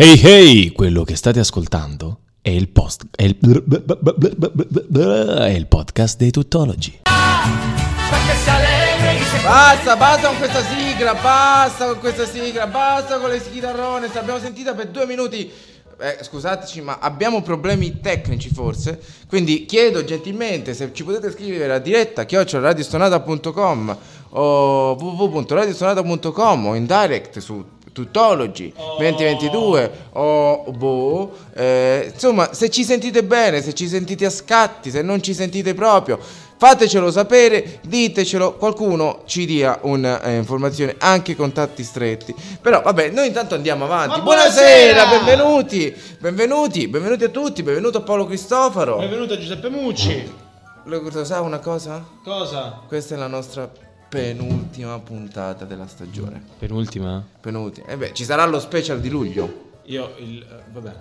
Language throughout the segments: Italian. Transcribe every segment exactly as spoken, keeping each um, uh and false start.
Hey hey, quello che state ascoltando è il post è il, è il podcast dei Tuttologi. Basta, basta con questa sigla, basta con questa sigla, basta con le chitarrone, l'abbiamo sentita per due minuti. Eh, scusateci, ma abbiamo problemi tecnici forse, quindi chiedo gentilmente se ci potete scrivere a diretta chiocciola radiostonata punto com o w w w punto radiostonata punto com o in direct su Tuttologi oh. duemilaventidue o boh, eh, insomma, se ci sentite bene, se ci sentite a scatti, se non ci sentite proprio, fatecelo sapere, ditecelo, qualcuno ci dia un'informazione, eh, anche contatti stretti. Però vabbè, noi intanto andiamo avanti. Ma buonasera, buonasera, benvenuti, benvenuti, benvenuti a tutti, benvenuto a Paolo Cristofaro. Benvenuto a Giuseppe Mucci. Lo sa una cosa? Cosa? Questa è la nostra penultima puntata della stagione. Penultima? Penultima. E eh beh, ci sarà lo special di luglio. Io il uh, vabbè.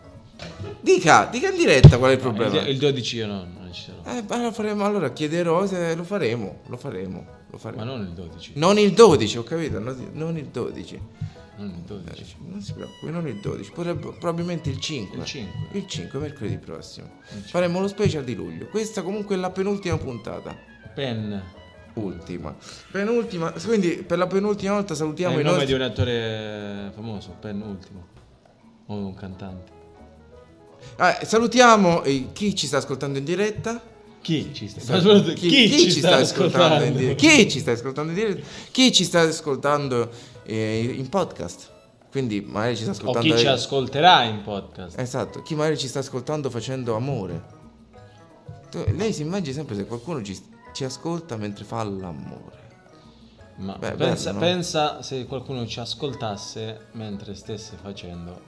Dica, dica in diretta qual è il problema. Il, il dodici io no, non ci sarò. Eh, allora, faremo, allora chiederò se lo faremo, lo faremo, lo faremo. Ma non il dodici. Non il dodici, ho capito, non il dodici. Non il dodici. Non si preoccupi, non il dodici, potrebbe, probabilmente il cinque. Il cinque. Il cinque, mercoledì prossimo. Faremo lo special di luglio. Questa comunque è la penultima puntata. Pen. Ultima. Penultima, quindi per la penultima volta salutiamo è il i nome nostri... di un attore famoso, Penultimo. O un cantante. Ah, salutiamo eh, chi ci sta ascoltando in diretta. Chi ci sta, sta chi, chi, chi, chi ci ci sta, sta ascoltando? ascoltando in diretta? Chi ci sta ascoltando in diretta? Chi ci sta ascoltando eh, in podcast? Quindi magari ci sta ascoltando. O chi ci ascolterà in podcast. Esatto, chi magari ci sta ascoltando facendo amore. Tu, lei si immagina sempre se qualcuno ci ci ascolta mentre fa l'amore. Ma Beh, pensa, bello, no? pensa se qualcuno ci ascoltasse mentre stesse facendo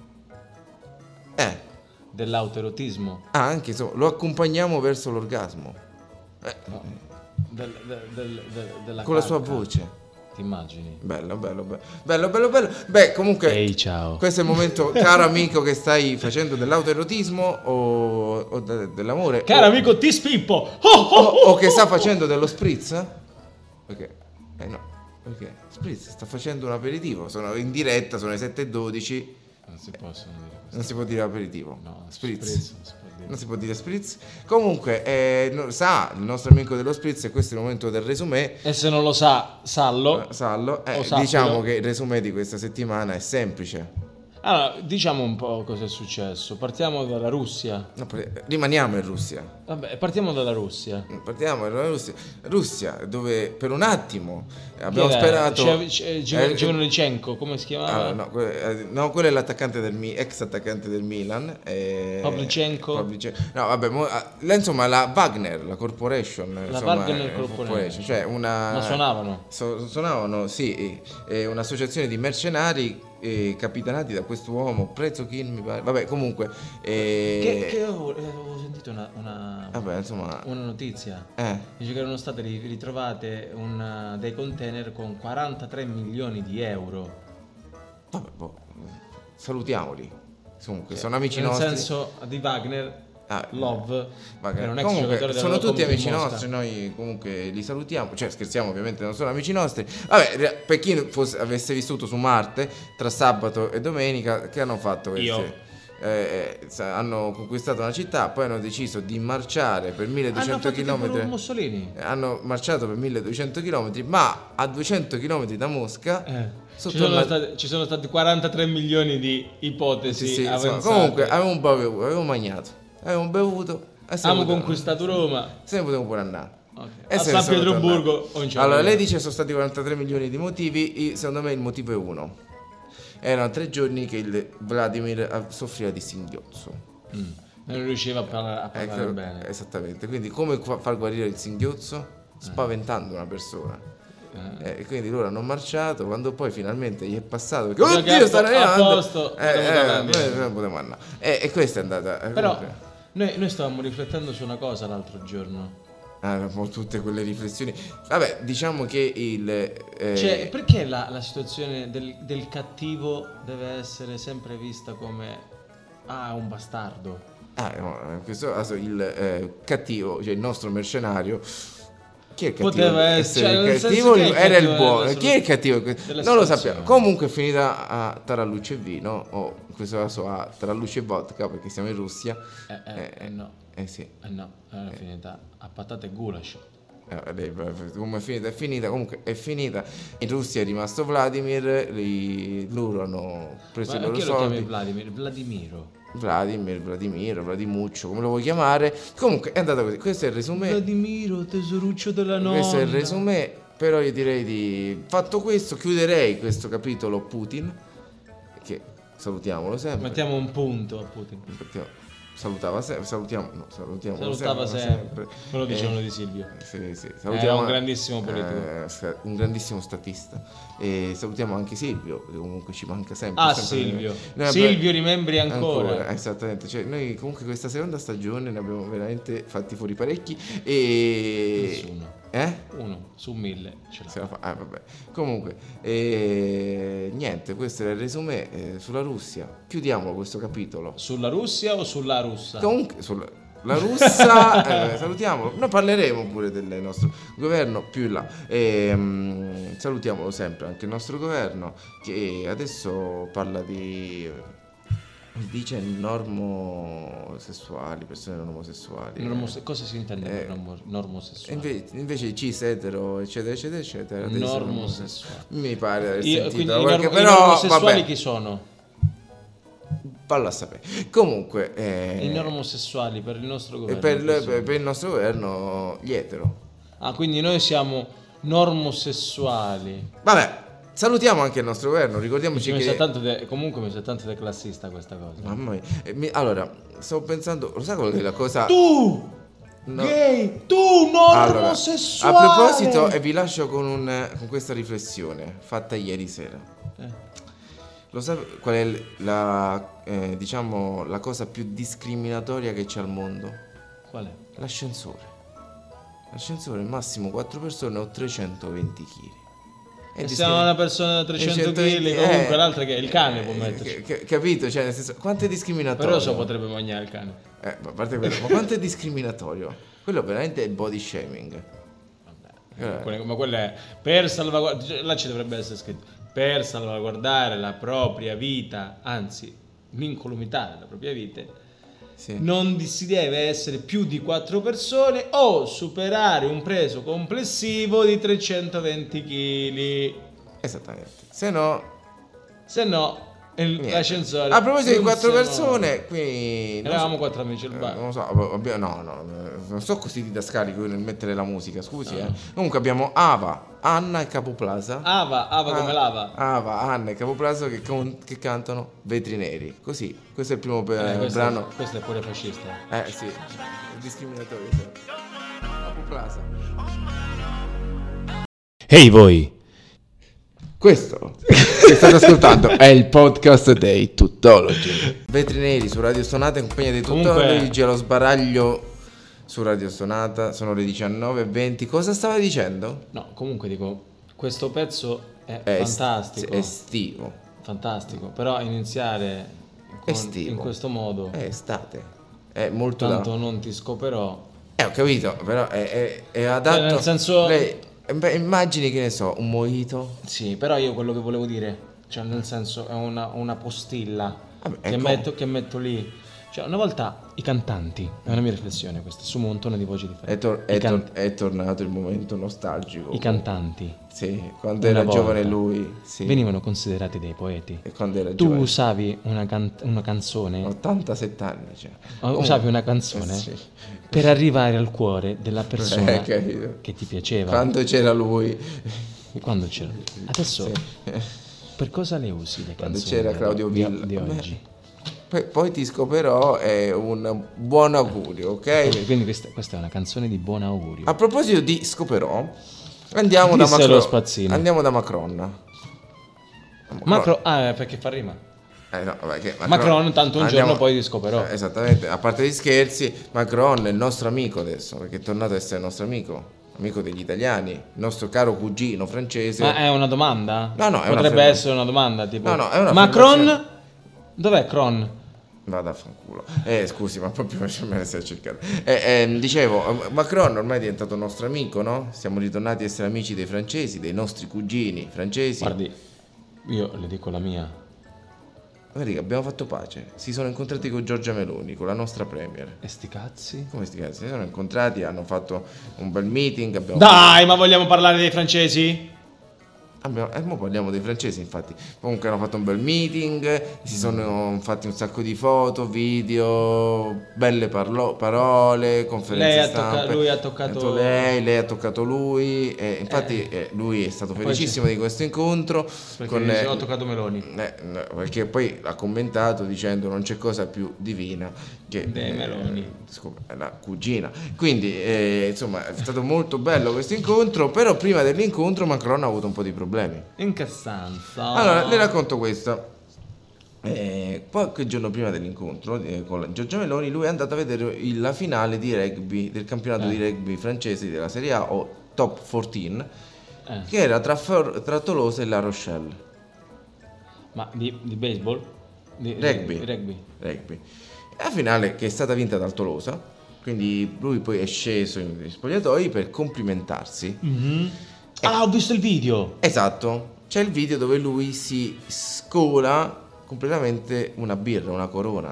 Eh. dell'autoerotismo. Ah, anche insomma, lo accompagniamo verso l'orgasmo. Eh. No, del, del, del, del, della Con la sua cacca. voce. Ti immagini? Bello, bello, bello, bello, bello, bello. Beh, comunque, Ehi, ciao. Questo è il momento, caro amico, che stai facendo dell'autoerotismo o, o de- dell'amore. Caro o, amico Ti Spippo! Oh, o, oh, oh, o che sta oh, facendo dello spritz? Perché? Eh no, perché? Spritz sta facendo un aperitivo. Sono in diretta, sono le sette e dodici. Non si possono dire questo. Non si può dire aperitivo. No, spritz. spritz non si può dire. Non si può dire spritz. Comunque, eh, no, sa il nostro amico dello spritz, e questo è il momento del resumé. E se non lo sa, sallo. Eh, Sallo, eh, O sappilo. diciamo che il resumé di questa settimana è semplice. Allora, diciamo un po' cosa è successo. Partiamo dalla Russia. No, rimaniamo in Russia. Vabbè, partiamo dalla Russia. Partiamo dalla Russia. Russia, dove per un attimo abbiamo Chi era? sperato. C'è- c'è- Gio- eh, Giovanolichenko, come si chiamava? ah, no, que- eh, no, quello è l'attaccante del Mi- ex attaccante del Milan. Eh, Pavlyuchenko. Pavlyuchenko. No, vabbè, mo- ah, la- insomma, la Wagner, la corporation. La insomma, Wagner eh, Corporation. cioè una. Ma suonavano? So- suonavano, sì, eh, un'associazione di mercenari. Eh, capitanati da quest'uomo Prezzokin, mi pare. Vabbè, comunque. Eh, Che, che avevo, avevo sentito una, una, Vabbè, insomma. una notizia. Eh. Dice che erano state ri- ritrovate un, dei container con quarantatré milioni di euro. Vabbè, boh, salutiamoli. Comunque, sono amici Nel nostri. senso di Wagner, Ah, Love, Wagner. era un ex Comunque, giocatore della sono tutti Lokomotiv amici Mosca. nostri. Noi comunque li salutiamo. Cioè, scherziamo, ovviamente, non sono amici nostri. Vabbè, per chi fosse, avesse vissuto su Marte tra sabato e domenica, che hanno fatto questi? Io. Eh, eh, hanno conquistato una città, poi hanno deciso di marciare per Hanno milleduecento fatto tipo chilometri. Mussolini. Hanno marciato per milleduecento chilometri, ma a duecento chilometri da Mosca. Eh. Sotto Ci sono, la- stati, ci sono stati quarantatré milioni di ipotesi Sì, sì, insomma, avanzate. comunque avevo un bevuto, avevo mangiato, avevo bevuto. e se ne Abbiamo potevo- conquistato Roma. Se ne potevo pure andare. Okay. E A se ne San sono Pietroburgo tornato. non c'è Allora, nulla. lei dice che sono stati quarantatré milioni di motivi. io- Secondo me il motivo è uno. Erano tre giorni che il Vladimir soffriva di singhiozzo. Mm. Non riusciva a parlare, a parlare Ecco, bene. esattamente. Quindi, come fa- far guarire il singhiozzo? Spaventando una persona. Eh. Eh, e quindi loro hanno marciato. Quando poi finalmente gli è passato, perché Perché oddio, a sta po- a arrivando. posto, Eh, potevamo eh, tornare noi indietro. non potevamo andare. E, e questa è andata. eh, Però comunque. noi, noi stavamo riflettendo su una cosa l'altro giorno. Ah, mo tutte quelle riflessioni. Vabbè, diciamo che il. eh, Cioè, perché la, la situazione del, del cattivo deve essere sempre vista come ah, un bastardo? ah, no, in questo caso il eh, cattivo, cioè il nostro mercenario, chi è il cattivo? Poteva essere, Essere cioè, nel il senso cattivo, che il era il cattivo buono. della Chi è il cattivo? della Non lo situazione. sappiamo. Comunque è finita a Tarallucce e vino, o in questo caso a Tarallucce e vodka, perché siamo in Russia. Eh, eh, Eh, eh, no, Eh sì. eh no, era finita a patate e goulash. Eh, lei, come è finita? È finita, comunque è finita. In Russia è rimasto Vladimir, li- loro hanno preso Ma i loro perché lo chiami soldi. Vladimir? Vladimiro. Vladimir, Vladimiro, Vladimuccio, come lo vuoi chiamare. Comunque è andata così. Questo è il resume. Vladimiro, tesoruccio della nonna. Questo è il resume. Però io direi di. Fatto questo, chiuderei questo capitolo Putin. Che salutiamolo sempre. Mettiamo un punto a Putin. Perché salutava sempre. Salutiamo. No, salutiamo Salutava sempre. Me lo dicevano di Silvio. Sì, sì. Era un grandissimo politico. eh, un grandissimo statista. E salutiamo anche Silvio, che comunque ci manca sempre. Ah, sempre Silvio. Noi abbiamo- Silvio, rimembri ancora. Esattamente. Cioè, noi comunque questa seconda stagione ne abbiamo veramente fatti fuori parecchi. E. Nessuno. Eh? Uno su mille ce l'ha. Se la fa- ah, vabbè. Comunque, eh, niente, questo era il resume eh, sulla Russia. Chiudiamo questo capitolo. Sulla Russia o sulla russa? Comunque, sulla la russa, eh, salutiamolo. Noi parleremo pure del nostro governo più in là. E, mm, salutiamolo sempre anche il nostro governo, che adesso parla di. Dice normosessuali, persone non omosessuali. Normose- cosa si intende Eh, per normo- E normosessuale? Invece, invece cis, etero, eccetera, eccetera, eccetera. adesso non- Normosessuale. Mi pare di aver Io- sentito quindi i, qualche- norm- i però normosessuali vabbè, chi sono? vallo a sapere. Comunque, eh, I normosessuali per il nostro e governo. per, chi il- sono? per il nostro governo gli etero. Ah, quindi noi siamo normosessuali. Vabbè, salutiamo anche il nostro governo, ricordiamoci Mi che sa tanto de- comunque mi sa tanto de classista questa cosa. mamma mia. Eh, mi- allora, stavo pensando, lo sai qual è la cosa? Tu No. gay, tu Allora, normosessuale. a proposito, e vi lascio con, un, con questa riflessione fatta ieri sera. Eh. Lo sai qual è l- la, eh, diciamo, la cosa più discriminatoria che c'è al mondo? Qual è? L'ascensore. L'ascensore massimo quattro persone o trecentoventi chili. E siamo una persona da trecento chili, comunque l'altra che il cane può metterci. Capito? Cioè, nel senso, quanto è discriminatorio? Però so potrebbe mangiare il cane. Eh, ma a parte quello, ma quanto è discriminatorio? Quello veramente è body shaming. Vabbè, Eh. quelle- ma quella è per salvaguardare, là ci dovrebbe essere scritto, per salvaguardare la propria vita, anzi l'incolumità della propria vita, Sì. non di- si deve essere più di quattro persone o superare un peso complessivo di trecentoventi chili, Esattamente. Se no, se no il- niente. l'ascensore A proposito di quattro funziona. persone, qui non Eravamo so- quattro amici al eh, bar. non lo so, ab- abbiamo- no, no, eh, non so così didascalico nel mettere la musica, scusi, Ah. eh. Comunque abbiamo Ava, Anna e Capoplaza. Ava, Ava come Ah, lava. Ava, Anna e Capoplaza che, con- che cantano Vetri Neri. Così, questo è il primo eh, Eh, questo, brano. è, questo è pure fascista. Eh sì, è discriminatorio. Sì. Capoplaza. Ehi voi! Questo che state ascoltando è il podcast dei Tuttologi. Vetri Neri su Radio Stonata in compagnia dei Comunque- Tuttologi, allo sbaraglio su Radio Stonata, sono le diciannove e venti. Cosa stava dicendo? No, comunque dico, questo pezzo è, È fantastico. est- estivo. Fantastico, però iniziare con- Estivo. in questo modo, È estate. È molto tanto da... non ti scoperò. Eh, ho capito, però è, è, è adatto... Cioè, nel senso- Lei, eh, beh, immagini che ne so, un mojito. Sì, però io quello che volevo dire, cioè nel senso è una, una postilla Vabbè, è che, com- metto, che metto lì. Cioè una volta i cantanti, è una mia riflessione questa, assumo un tono di voce È, differente. tor- I, è, can- tor- è tornato il momento nostalgico. I cantanti Sì, quando una era volta giovane lui. Sì. venivano considerati dei poeti. E quando era Tu giovane. usavi una, can- una canzone, ottantasette anni, cioè. o- usavi una canzone Eh, sì. per arrivare al cuore della persona Eh, capito. che ti piaceva. Quando c'era lui. Quando c'era. Adesso Sì. per cosa le usi le Quando canzoni c'era Claudio di, Villa. di Vabbè. oggi? Poi, poi ti scoperò, è un buon augurio, ok? Quindi questa, questa è una canzone di buon augurio. A proposito di scoperò, andiamo da Disse Macron. lo spazzino. Andiamo da Macron. Macron, ah, eh, perché fa rima. Eh, no, vabbè, che Macron, tanto un giorno poi ti scoperò. Eh, esattamente, a parte gli scherzi, Macron è il nostro amico adesso, perché è tornato ad essere il nostro amico, amico degli italiani, il nostro caro cugino francese. Ma è una domanda? No, no, è una Potrebbe afferma- essere una domanda tipo No, no, è una Macron? affermazione. Dov'è Cron? Vado a fanculo. Eh, scusi, ma proprio me ne stai cercando. Eh, eh, dicevo, Macron ormai è diventato nostro amico, no? Siamo ritornati a essere amici dei francesi, dei nostri cugini francesi. Guardi, io le dico la mia. Guardi che abbiamo fatto pace. Si sono incontrati con Giorgia Meloni, con la nostra premier. E sti cazzi? Come sti cazzi? Si sono incontrati, hanno fatto un bel meeting. Abbiamo Dai, ma vogliamo parlare dei francesi? Abbiamo, eh, mo parliamo dei francesi, infatti. Comunque hanno fatto un bel meeting, si sono fatti un sacco di foto, video, belle parlo- parole, conferenze Lei ha stampe. tocca- lui ha toccato- lei, lei ha toccato lui. E infatti Eh. eh, lui è stato Poi felicissimo di questo incontro. Perché con, dice, eh, ho toccato Meloni. eh, no, perché poi ha commentato dicendo non c'è cosa più divina che Dei Meloni. scusa, la cugina. Quindi eh, insomma è stato molto bello questo incontro, però prima dell'incontro Macron ha avuto un po' di problemi. In che senso? Allora le racconto questo. Eh, qualche giorno prima dell'incontro eh, con la Giorgia Meloni, lui è andato a vedere il- la finale di rugby del campionato Eh. di rugby francese della Serie A o Top quattordici, Eh. che era tra, For- tra Tolosa e La Rochelle. Ma di, di baseball? Di, Rugby. di rugby. Rugby. E la finale che è stata vinta dal Tolosa, quindi lui poi è sceso in spogliatoi per complimentarsi. Ah, ho visto il video. Esatto, c'è il video dove lui si scola completamente una birra, una corona.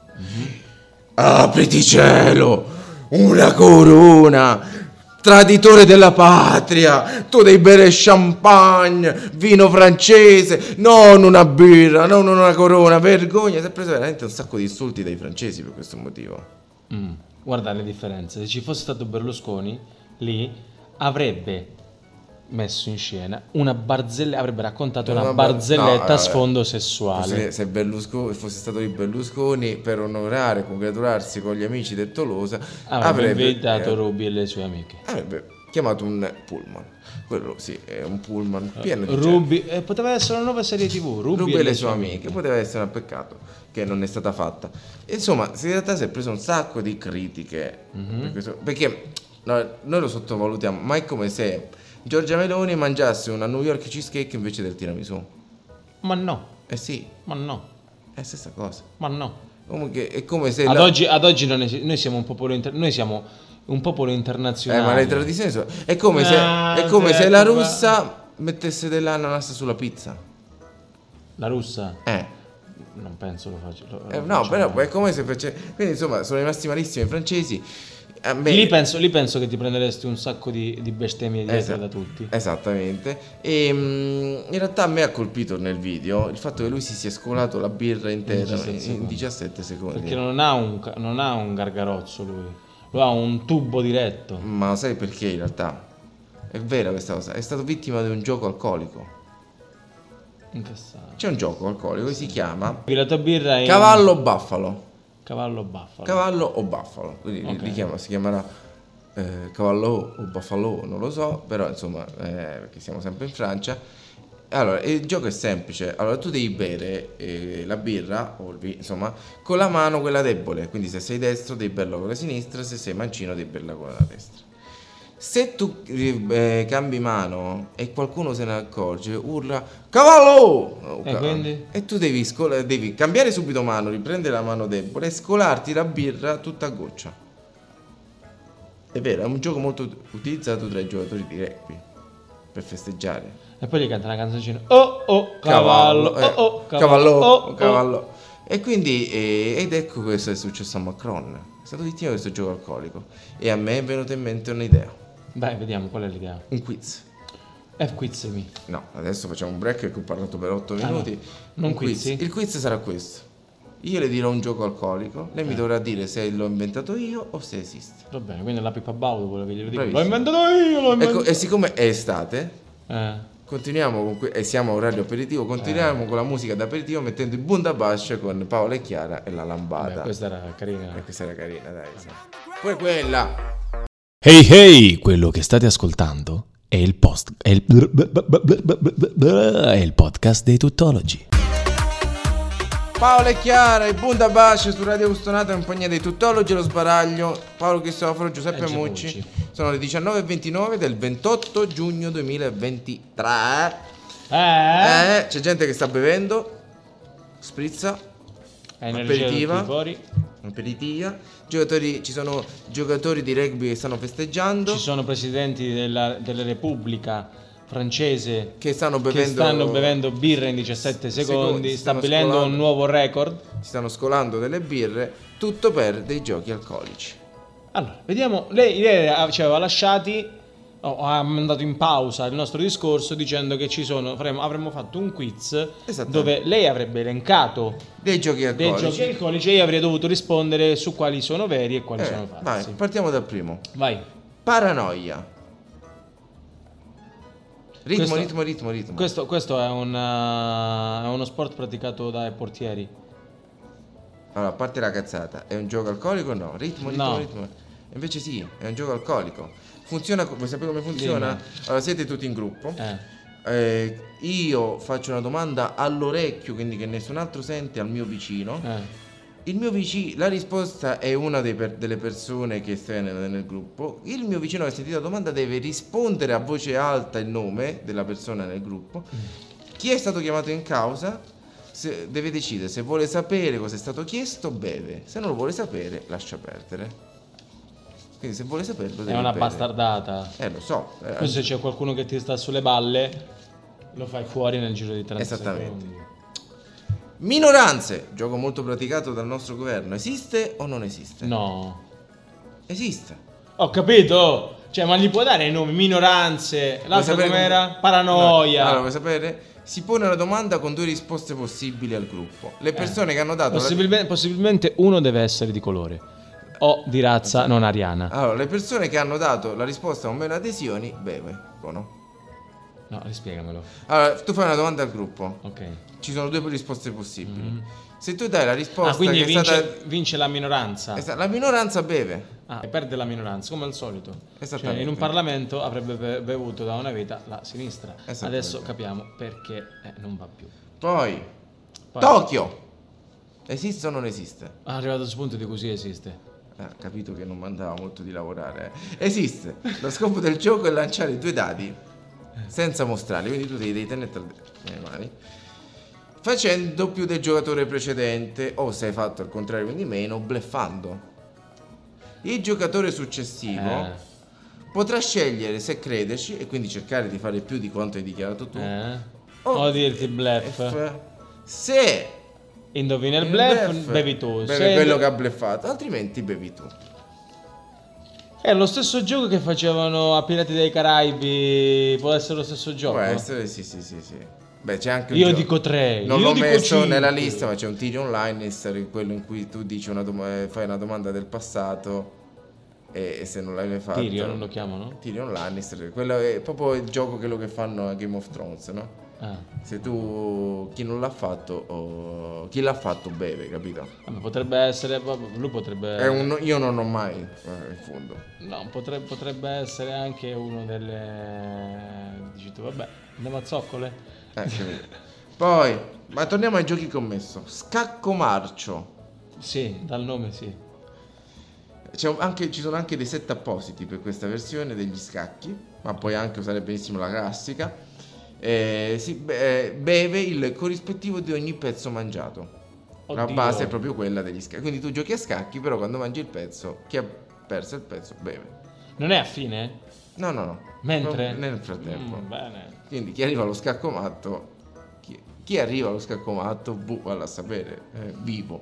Apriti cielo, una corona! Traditore della patria, tu devi bere champagne, vino francese, non una birra, non una corona, vergogna. Si è preso veramente un sacco di insulti dai francesi per questo motivo. Mm. Guarda le differenze. Se ci fosse stato Berlusconi, lì avrebbe messo in scena una barzelletta, avrebbe raccontato una Una bar- barzelletta no, a sfondo eh, sessuale. Se, se Berlusconi fosse stato di Berlusconi per onorare, congratularsi con gli amici del Tolosa, Avrebbe invitato eh, Ruby e le sue amiche. avrebbe chiamato un pullman. Quello sì, è un pullman pieno di gente. Ruby, eh, poteva essere una nuova serie tv. Ruby, Ruby e le sue amiche, poteva essere un peccato che non è stata fatta. Insomma, in realtà si è preso un sacco di critiche per questo, perché no, noi lo sottovalutiamo, ma è come se Giorgia Meloni mangiasse una New York cheesecake invece del tiramisù. Ma no, Eh sì, ma no, è la stessa cosa. ma no. Comunque è come se Ad la- oggi, ad oggi non esi- noi siamo un popolo inter- noi siamo un popolo Eh, internazionale. ma le tradizioni sono... È come se, Ah, è come sì, se la ecco qua. russa mettesse dell'ananas sulla pizza. La russa? Eh. Non penso lo faccia. lo- Eh, lo no, faccia. però è come se face... Quindi insomma sono rimasti malissimi i francesi. A me... Lì penso, lì penso che ti prenderesti un sacco di, di bestemmie dietro Esatto. da tutti. Esattamente. E mm, in realtà a me ha colpito nel video il fatto che lui si sia scolato la birra intera in diciassette in secondi. diciassette secondi. Perché non ha, un, ca- non ha un gargarozzo lui, lui ha un tubo diretto. Ma sai perché in realtà? È vera questa cosa, è stato vittima di un gioco alcolico. In che senso? C'è un gioco alcolico che si chiama La tua birra è in- Cavallo o Baffalo. Cavallo Buffalo. Cavallo o Baffalo, quindi Ok. li chiama- si chiamerà eh, Cavallo o Baffalo, non lo so, però insomma, eh, perché siamo sempre in Francia. Allora, il gioco è semplice. Allora, tu devi bere eh, la birra, o il vi- insomma, con la mano quella debole. Quindi, se sei destro, devi berla con la sinistra, se sei mancino, devi berla con la destra. Se tu eh, cambi mano e qualcuno se ne accorge, urla Cavallo! O E ca- quindi? E tu devi, scola- devi cambiare subito mano, riprendere la mano debole e scolarti la birra tutta a goccia. È vero, è un gioco molto utilizzato tra i giocatori di rugby per festeggiare. E poi gli canta una canzoncina. Oh oh cavallo, eh, oh oh cavallo, cavallo, oh, oh. cavallo. E quindi, eh, ed ecco questo è successo a Macron. È stato vittima di questo gioco alcolico. E a me è venuta in mente un'idea. Dai, vediamo qual è l'idea. Un quiz. E quizzami. No, adesso facciamo un break che ho parlato per otto Ah, minuti. no. Non Un quiz. quizi? Il quiz sarà questo. Io le dirò un gioco alcolico, lei mi Eh. dovrà dire se l'ho inventato io o se esiste. Va bene, quindi la Pippa Baudo quello che gli dico. Bravissimo. L'ho inventato io, l'ho inventato. Ecco, e siccome è estate, Eh. continuiamo con que- e siamo a orario aperitivo, continuiamo Eh. con la musica d'aperitivo mettendo il Bundabash con Paola e Chiara e la lambada. Beh, questa era carina. E questa era carina, dai. Sì. Poi quella. Hey hey, quello che state ascoltando è il post è il, è il podcast dei tuttologi. Paola e Chiara, il Bundabash su Radio Ustonata in compagnia dei tuttologi, lo sbaraglio, Paolo Cristoforo, Giuseppe E Mucci. Mucci. Sono le diciannove e ventinove del ventotto giugno duemilaventitré. Eh? Eh, c'è gente che sta bevendo. Sprizza. Energia Aperitiva. tutti fuori. Aperitiva. Giocatori, ci sono giocatori di rugby che stanno festeggiando. Ci sono presidenti della, della Repubblica francese che stanno che bevendo, stanno bevendo birra in diciassette secondi, secondi, si stanno stabilendo scolando. un nuovo record. si stanno scolando delle birre, tutto per dei giochi alcolici. Allora, vediamo, lei, lei ci aveva lasciati, oh, ha mandato in pausa il nostro discorso dicendo che ci sono, avremmo, avremmo fatto un quiz Esattamente. dove lei avrebbe elencato Dei giochi dei alcolici. giochi alcolici e io avrei dovuto rispondere su quali sono veri e quali Eh, sono vai, falsi. partiamo dal primo. Vai. Paranoia. Ritmo, Questo- ritmo, ritmo, ritmo. Questo, questo è, un, uh, è uno sport praticato dai portieri. Allora, a parte la cazzata, è un gioco alcolico o no? Ritmo, ritmo, No. ritmo. Invece sì, è un gioco alcolico. Funziona, co- vuoi sapere come funziona? Dimmi. Allora, siete tutti in gruppo. Eh. Eh, io faccio una domanda all'orecchio, quindi che nessun altro sente, al mio vicino. Eh. Il mio vicino, la risposta è una dei per- delle persone che sta nel, nel gruppo. Il mio vicino che ha sentito la domanda deve rispondere a voce alta il nome della persona nel gruppo. Chi è stato chiamato in causa se- deve decidere se vuole sapere cosa è stato chiesto, beve. Se non lo vuole sapere, lascia perdere. Quindi se vuole saperlo deve È una bere. bastardata. Eh, lo so. eh, Poi se c'è qualcuno che ti sta sulle balle, lo fai fuori nel giro di trenta Esattamente. secondi. Minoranze, gioco molto praticato dal nostro governo. Esiste o non esiste? No. Esiste. Ho capito. Cioè, ma gli puoi dare i nomi? Minoranze. Vuoi L'altro sapere com'era? come- Paranoia. No. Allora, vuoi sapere? Si pone una domanda con due risposte possibili al gruppo. Le persone che hanno dato la... Possibilmente, possibilmente uno deve essere di colore o di razza non ariana. Allora, le persone che hanno dato la risposta con meno adesioni, beve. Buono. No, rispiegamelo. Allora, tu fai una domanda al gruppo. Ok. Ci sono due risposte possibili. Se tu dai la risposta Ah, quindi che è vince, stata... vince la minoranza. è stata- La minoranza beve. Ah, e perde la minoranza, come al solito. Esattamente. Cioè, in un Parlamento avrebbe be- bevuto da una vita la sinistra. Esattamente. Adesso capiamo perché eh, non va più. Poi, Poi- Tokyo. Esiste o non esiste? Ah, arrivato a questo punto di così esiste. Ha capito che non mandava molto di lavorare. eh. Esiste. Lo scopo del gioco è lanciare due dadi senza mostrarli, quindi tu devi, devi tenere tra le mani, facendo più del giocatore precedente, o se hai fatto al contrario, quindi meno, bluffando. Il giocatore successivo Eh. potrà scegliere se crederci e quindi cercare di fare più di quanto hai dichiarato tu. Eh? O- O dirti bluff. F- Se Indovina il il bluff, bluff, bevi tu. bevi Se- quello che ha bluffato, altrimenti bevi tu. È lo stesso gioco che facevano a Pirati dei Caraibi. Può essere lo stesso gioco? Può essere, sì, sì, sì, sì. Beh, c'è anche un Io gioco- dico tre. Non io l'ho dico messo cinque. nella lista, ma c'è un Tyrion Lannister, quello in cui tu dici una dom- eh, fai una domanda del passato e, e se non l'hai mai fatto. Tyrion lo chiamano? Tyrion Lannister, quello è proprio il gioco quello che fanno a Game of Thrones, no? Ah. Se tu chi non l'ha fatto o chi l'ha fatto beve, capito? Vabbè, potrebbe essere. Lui potrebbe. È un, io non ho mai eh, in fondo. No, potrebbe, potrebbe essere anche uno delle. Dici tu, vabbè, andiamo a zoccole. Eh, capito? Poi, ma torniamo ai giochi commesso. Scacco marcio. Sì, dal nome sì. C'è un- anche- ci sono anche dei set appositi per questa versione degli scacchi, ma puoi anche usare benissimo la classica. Eh, si be- eh, beve il corrispettivo di ogni pezzo mangiato. La Oddio. base è proprio quella degli scacchi. Quindi tu giochi a scacchi, però quando mangi il pezzo, chi ha perso il pezzo beve. Non è a fine? No, no, no. Mentre? Proprio nel frattempo. Mm, bene. Quindi chi arriva allo scacco matto, chi, chi arriva allo scacco matto, boh, valla a sapere, eh, vivo.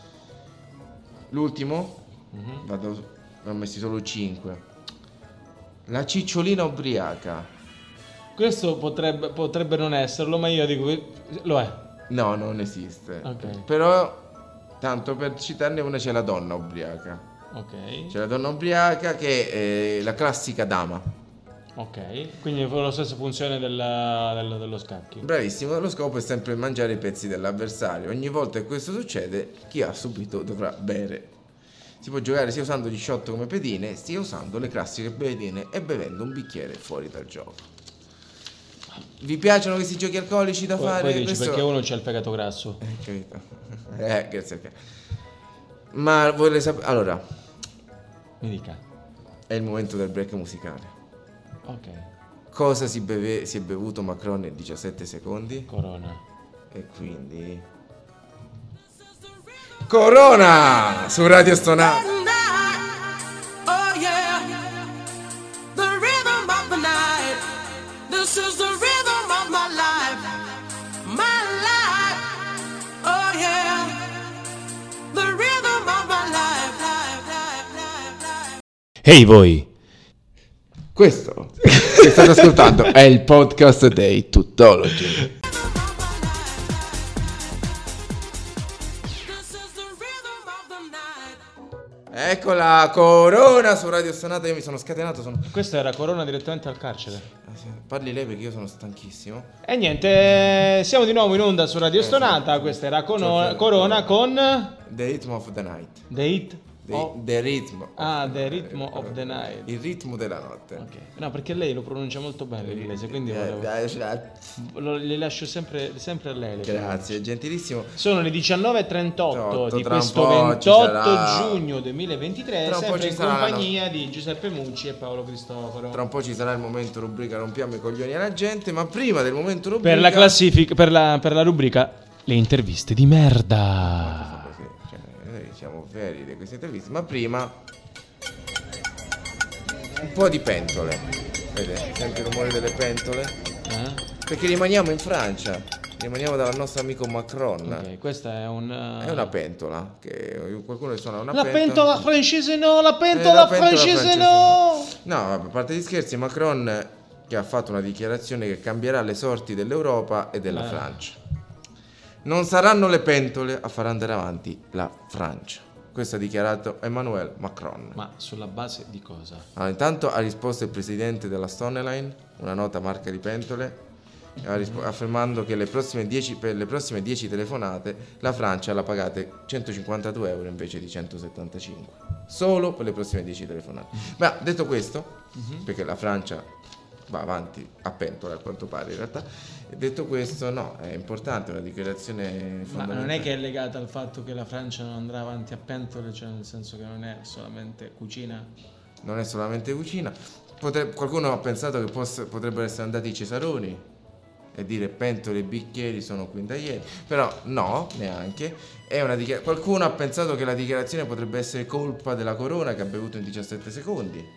L'ultimo, Mhm. vado, ne ho messi solo cinque. La cicciolina ubriaca. Questo potrebbe, potrebbe non esserlo, ma io dico che lo è. No, non esiste. Ok. Però, tanto per citarne una, c'è la donna ubriaca. Ok. C'è la donna ubriaca che è la classica dama. Ok. Quindi fa la stessa funzione della- dello, dello scacchi. Bravissimo, lo scopo è sempre mangiare i pezzi dell'avversario. Ogni volta che questo succede, chi ha subito dovrà bere. Si può giocare sia usando gli shot come pedine, sia usando le classiche pedine e bevendo un bicchiere fuori dal gioco. Vi piacciono questi giochi alcolici da Poi, fare? poi dici Questo- perché uno c'ha il fegato grasso. Eh, capito. Eh, grazie a te. Ma vorrei sapere... Allora, Mi dica. è il momento del break musicale. Ok. Cosa si, beve- si è bevuto Macron in diciassette secondi? Corona. E quindi... Corona su Radio Stonata. Ehi hey voi! Questo che state ascoltando è il podcast dei Tuttologi. Eccola, Corona su Radio Stonata. Io mi sono scatenato. Sono... Questo era Corona direttamente al carcere. Ah, sì. Parli lei perché io sono stanchissimo. E niente, siamo di nuovo in onda su Radio Stonata. Questa era Cono- Corona con The Rhythm of the Night. The Hit. The, Oh. the Rhythm. Ah, The Rhythm of the Night. Il ritmo della notte. Ok. No, perché lei lo pronuncia molto bene l'inglese, quindi Eh, volevo... eh, lo, le lascio sempre, sempre a lei. le Grazie, gentilissimo. Sono le diciannove e trentotto di Tra un questo po' ci ventotto sarà- giugno duemilaventitré, Tra un po' sempre ci in sarà la compagnia di Giuseppe Mucci e Paolo Cristoforo. Tra un po' ci sarà il momento rubrica Rompiamo i coglioni alla gente, ma prima del momento rubrica Per la classifica, per la, per la rubrica Le interviste di merda. Così, cioè, noi siamo veri di queste interviste, ma prima un po' di pentole. Vede, sente il rumore delle pentole? Eh? Perché rimaniamo in Francia, rimaniamo dal nostro amico Macron. Ok, questa è un... uh, È una pentola, che qualcuno che suona una La pentola. pentola francese no, la Eh, pentola, la pentola francese, francese no. No, vabbè, a parte gli scherzi, Macron che ha fatto una dichiarazione che cambierà le sorti dell'Europa e della Eh. Francia. Non saranno le pentole a far andare avanti la Francia. Questo ha dichiarato Emmanuel Macron. Ma sulla base di cosa? Allora, intanto ha risposto il presidente della Stoneline, una nota marca di pentole, ha rispo- affermando che le prossime dieci, per le prossime dieci telefonate la Francia l'ha pagate centocinquantadue euro invece di centosettantacinque. Solo per le prossime dieci telefonate. Ma detto questo, perché la Francia va avanti a pentole a quanto pare in realtà, detto questo no, è importante, una dichiarazione Ma fondamentale. non è che è legata al fatto che la Francia non andrà avanti a pentole, cioè nel senso che non è solamente cucina? Non è solamente cucina. Potre- qualcuno ha pensato che poss- potrebbero essere andati i Cesaroni e dire pentole e bicchieri sono qui da ieri, però no, neanche. È una dichiar- qualcuno ha pensato che la dichiarazione potrebbe essere colpa della Corona che ha bevuto in diciassette secondi.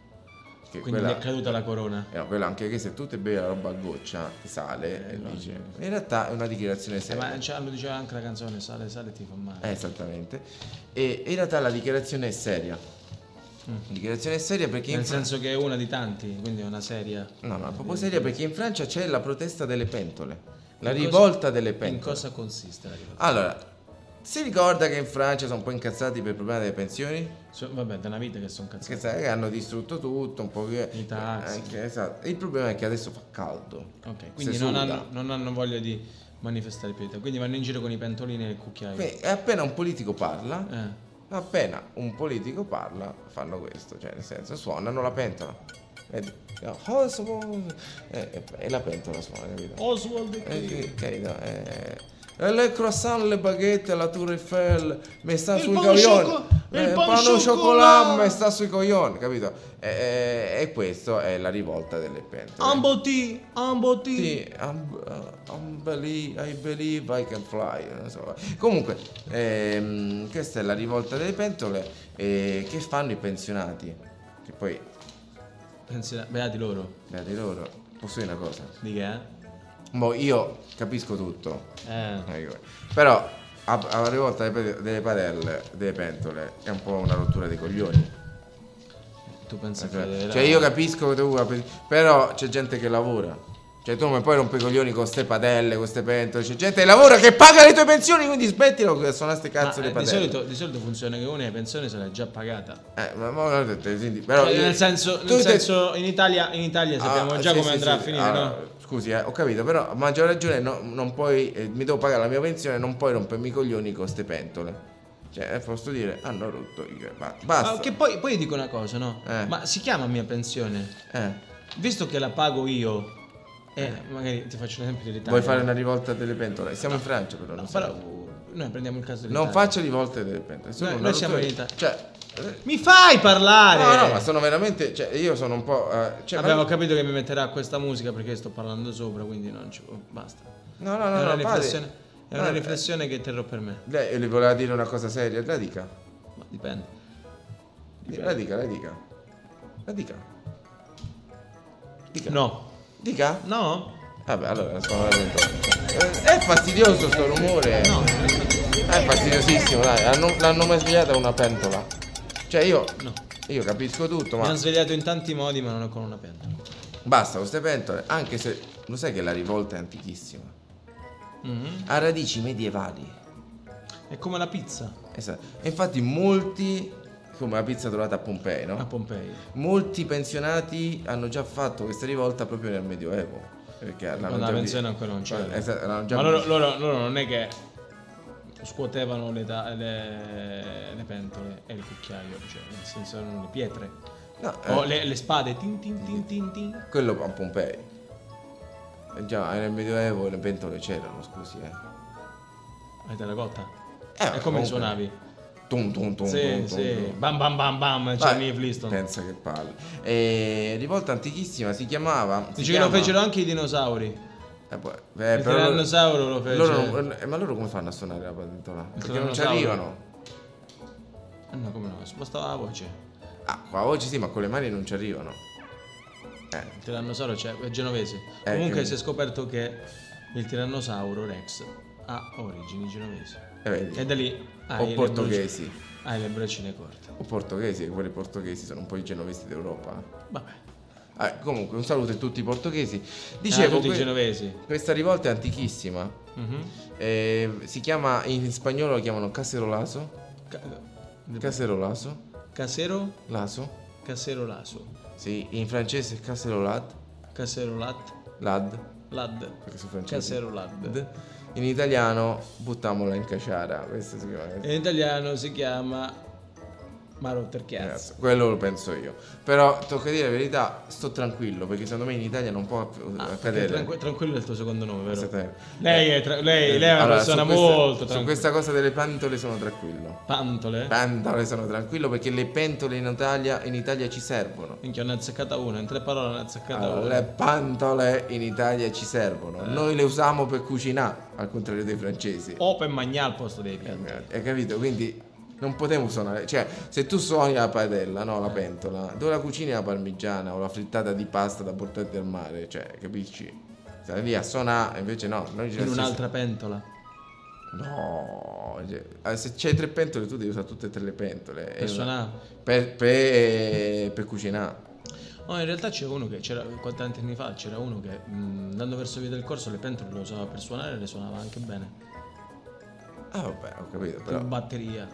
Che Quindi quella- gli è caduta la corona? Eh no, quella anche che se tu te bevi la roba a goccia sale Eh, e no, dice. no. In realtà è una dichiarazione Eh, seria. ma cioè, lo diceva anche la canzone, sale, sale ti fa male. Eh, esattamente. E in realtà la dichiarazione è seria. La dichiarazione è seria perché in Nel Fra- senso che è una di tanti, quindi è una seria. No, no, è proprio seria perché in Francia c'è la protesta delle pentole. La In cosa- rivolta delle In pentole. cosa consiste la rivolta? Allora, si ricorda che in Francia sono un po' incazzati per il problema delle pensioni? So- vabbè, da una vita che sono Che cazzati. sai che hanno distrutto tutto, un po' che... I taxi. Anche, esatto. Il problema è che adesso fa caldo. Ok, quindi Si non suda. hanno, non hanno voglia di manifestare più. Quindi vanno in giro con i pentolini e il cucchiaio. Quindi, e appena un politico parla, Eh. appena un politico parla, fanno questo, cioè nel senso suonano la pentola. Vedi? No, Oswald, eh, e, e la pentola suona, capito? Oswald Eh, sì, capito? Eh, e le croissant, le baguette, la Tour Eiffel, mi sta Il sui pan coglioni. sciocco- il Eh, pan pan au scioccolat. chocolat, mi sta sui coglioni, capito? E, e, e questo è la rivolta delle pentole. Amboti, amboti. Sì, I'm, uh, I'm believe, I believe I can fly. Non so. Comunque, ehm, questa è la rivolta delle pentole eh, che fanno i pensionati. Che poi, Pensi, beati loro. beati loro, posso dire una cosa? Di che? Eh? Boh, io capisco tutto, Eh. ecco. Però a, a rivolta delle, delle padelle, delle pentole, è un po' una rottura dei coglioni. Tu pensi Cioè, che cioè, io capisco che tu, però c'è gente che lavora. Cioè tu non mi puoi rompere i coglioni con ste padelle, con ste pentole. C'è gente che lavora che paga le tue pensioni, quindi smettila con suonare ste cazzo Ma, di eh, di, padelle. solito, di solito funziona che una di pensione se l'è già pagata. Eh, ma, ma guarda, te- senti, però Cioè, io- nel senso, tu nel te- senso in, Italia, in Italia sappiamo Ah, già sì, come sì, andrà sì, a finire, allora, no? Scusi, eh, ho capito, però a maggior ragione no- non puoi, eh, mi devo pagare la mia pensione, non puoi rompermi i coglioni con ste pentole. Cioè, eh, posso dire, hanno rotto i basta. basta. Ma che poi, poi dico una cosa, no? Eh. Ma si chiama mia pensione? Eh, Visto che la pago io, e magari ti faccio un esempio dell'Italia. vuoi fare una rivolta delle pentole? Siamo in Francia, però. No, non però siamo- noi prendiamo il caso dell'Italia. Non faccio rivolte delle pentole. sono Noi- una noi siamo rottura- in Italia. Cioè, eh, Mi fai parlare! no, no, ma sono veramente. Cioè, io sono un po'. eh, cioè, Abbiamo ma- capito che mi metterà questa musica perché sto parlando sopra, quindi non ci basta. No, no, È no, una no, padre. riflessione. È una Ah, riflessione che terrò per me. Lei le voleva dire una cosa seria, la dica. Ma dipende. La dica, la dica. La dica. Dica. No. Dica? No? Vabbè, allora sono veramente... Eh, È fastidioso sto rumore. No. È fastidiosissimo, dai. L'hanno, l'hanno mai svegliata una pentola. Cioè io... No. Io capisco tutto, Mi ma... hanno svegliato in tanti modi, ma non con una pentola. Basta queste pentole, anche se... Lo sai che la rivolta è antichissima. Mhm. Ha radici medievali. È come la pizza Esatto. E infatti molti... Come la pizza trovata a Pompei, no? a Pompei. Molti pensionati hanno già fatto questa rivolta proprio nel Medioevo. Perché l'hanno Quando già la vi- pensione ancora non c'era. Esatto, l'hanno già Ma loro, visto. loro- loro non è che scuotevano le, ta- le- le pentole e il cucchiaio, cioè nel senso erano le pietre. No, O eh, le, le spade. Tin, tin, tin, tin, tin. quello a Pompei. E già nel Medioevo le pentole c'erano, scusi, eh. La terracotta? Eh, E come comunque- suonavi? Tum tum tum Sì, tum, tum, sì. tum. Bam bam bam bam. C'è Vai, i Flintstone. pensa che palle. E rivolta antichissima si chiamava. Si Dice che lo chiama- fecero anche i dinosauri. Eh, poi- eh, Il però loro- tirannosauro lo fece. loro non- eh, ma loro come fanno a suonare la pentola? Perché non ci tirannosauro. arrivano. Eh, no, come no? Bastava la voce. Ah, qua oggi sì, ma con le mani non ci arrivano. Eh, Il tirannosauro c'è, è genovese. Eh, Comunque che- si è scoperto che il tirannosauro Rex ha origini genovesi. eh, vedi. E da lì hai O le portoghesi. braci- hai le braccine corte. O portoghesi, che quelli portoghesi sono un po' i genovesi d'Europa. Vabbè. Eh, comunque, un saluto a tutti i portoghesi. Dicevo Dicevo, tutti i que- genovesi. questa rivolta è antichissima. Mhm. Eh, si chiama, in spagnolo lo chiamano caserolazo. Ca- Caserolazo. Casero, Laso. casero laso. Sì, in francese caserolat. Casero lat, Lad. lad. Perché sono francese. Casero lad. D. In italiano buttiamola in caciara. Questo si chiama. In italiano si chiama Marotter Chiazza. Ragazzi, quello lo penso io. Però tocca dire la verità, sto tranquillo perché secondo me in Italia non può Ah, accadere. tranqu- tranquillo è il tuo secondo nome, vero? Esattamente. Lei è, tra- lei, lei è una Allora, persona su questa- molto Su tranquilla. questa cosa delle pentole sono tranquillo. Pantole? Pentole sono tranquillo perché le pentole in Italia, in Italia ci servono. Minchia, ne ha azzeccata una, in tre parole ne ha azzeccata Allora, una. le pentole in Italia ci servono. Eh. Noi le usiamo per cucinare, al contrario dei francesi. O per mangiare al posto dei piatti. Hai capito? Quindi non potevo suonare. Cioè, se tu suoni la padella, no, la pentola, dove la cucini la parmigiana o la frittata di pasta da portarti al mare? Cioè, capisci? Stai lì a suonare, invece no. Noi ci In un'altra pentola. No, cioè, eh, se c'hai tre pentole tu devi usare tutte e tre le pentole. Per E una- suonare. Per, per, per cucinare. No, in realtà c'era uno che c'era quanti anni fa c'era uno che mh, andando verso via del corso le pentole le usava per suonare e le suonava anche bene. Ah vabbè, ho capito, Però. però Batteria.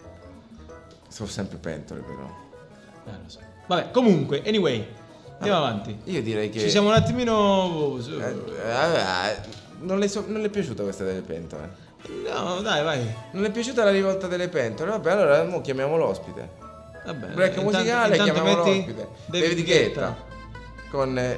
sono sempre pentole però. Eh, lo so. Vabbè, comunque, anyway, andiamo avanti. Io direi che... Ci siamo un attimino. su- Eh, eh, non, le so- non le è piaciuta questa delle pentole? No, dai, vai. Non le è piaciuta la rivolta delle pentole? Vabbè, allora mo chiamiamo l'ospite. Vabbè. Break intanto- musicale, intanto chiamiamo metti l'ospite. David David Guetta. Con... eh,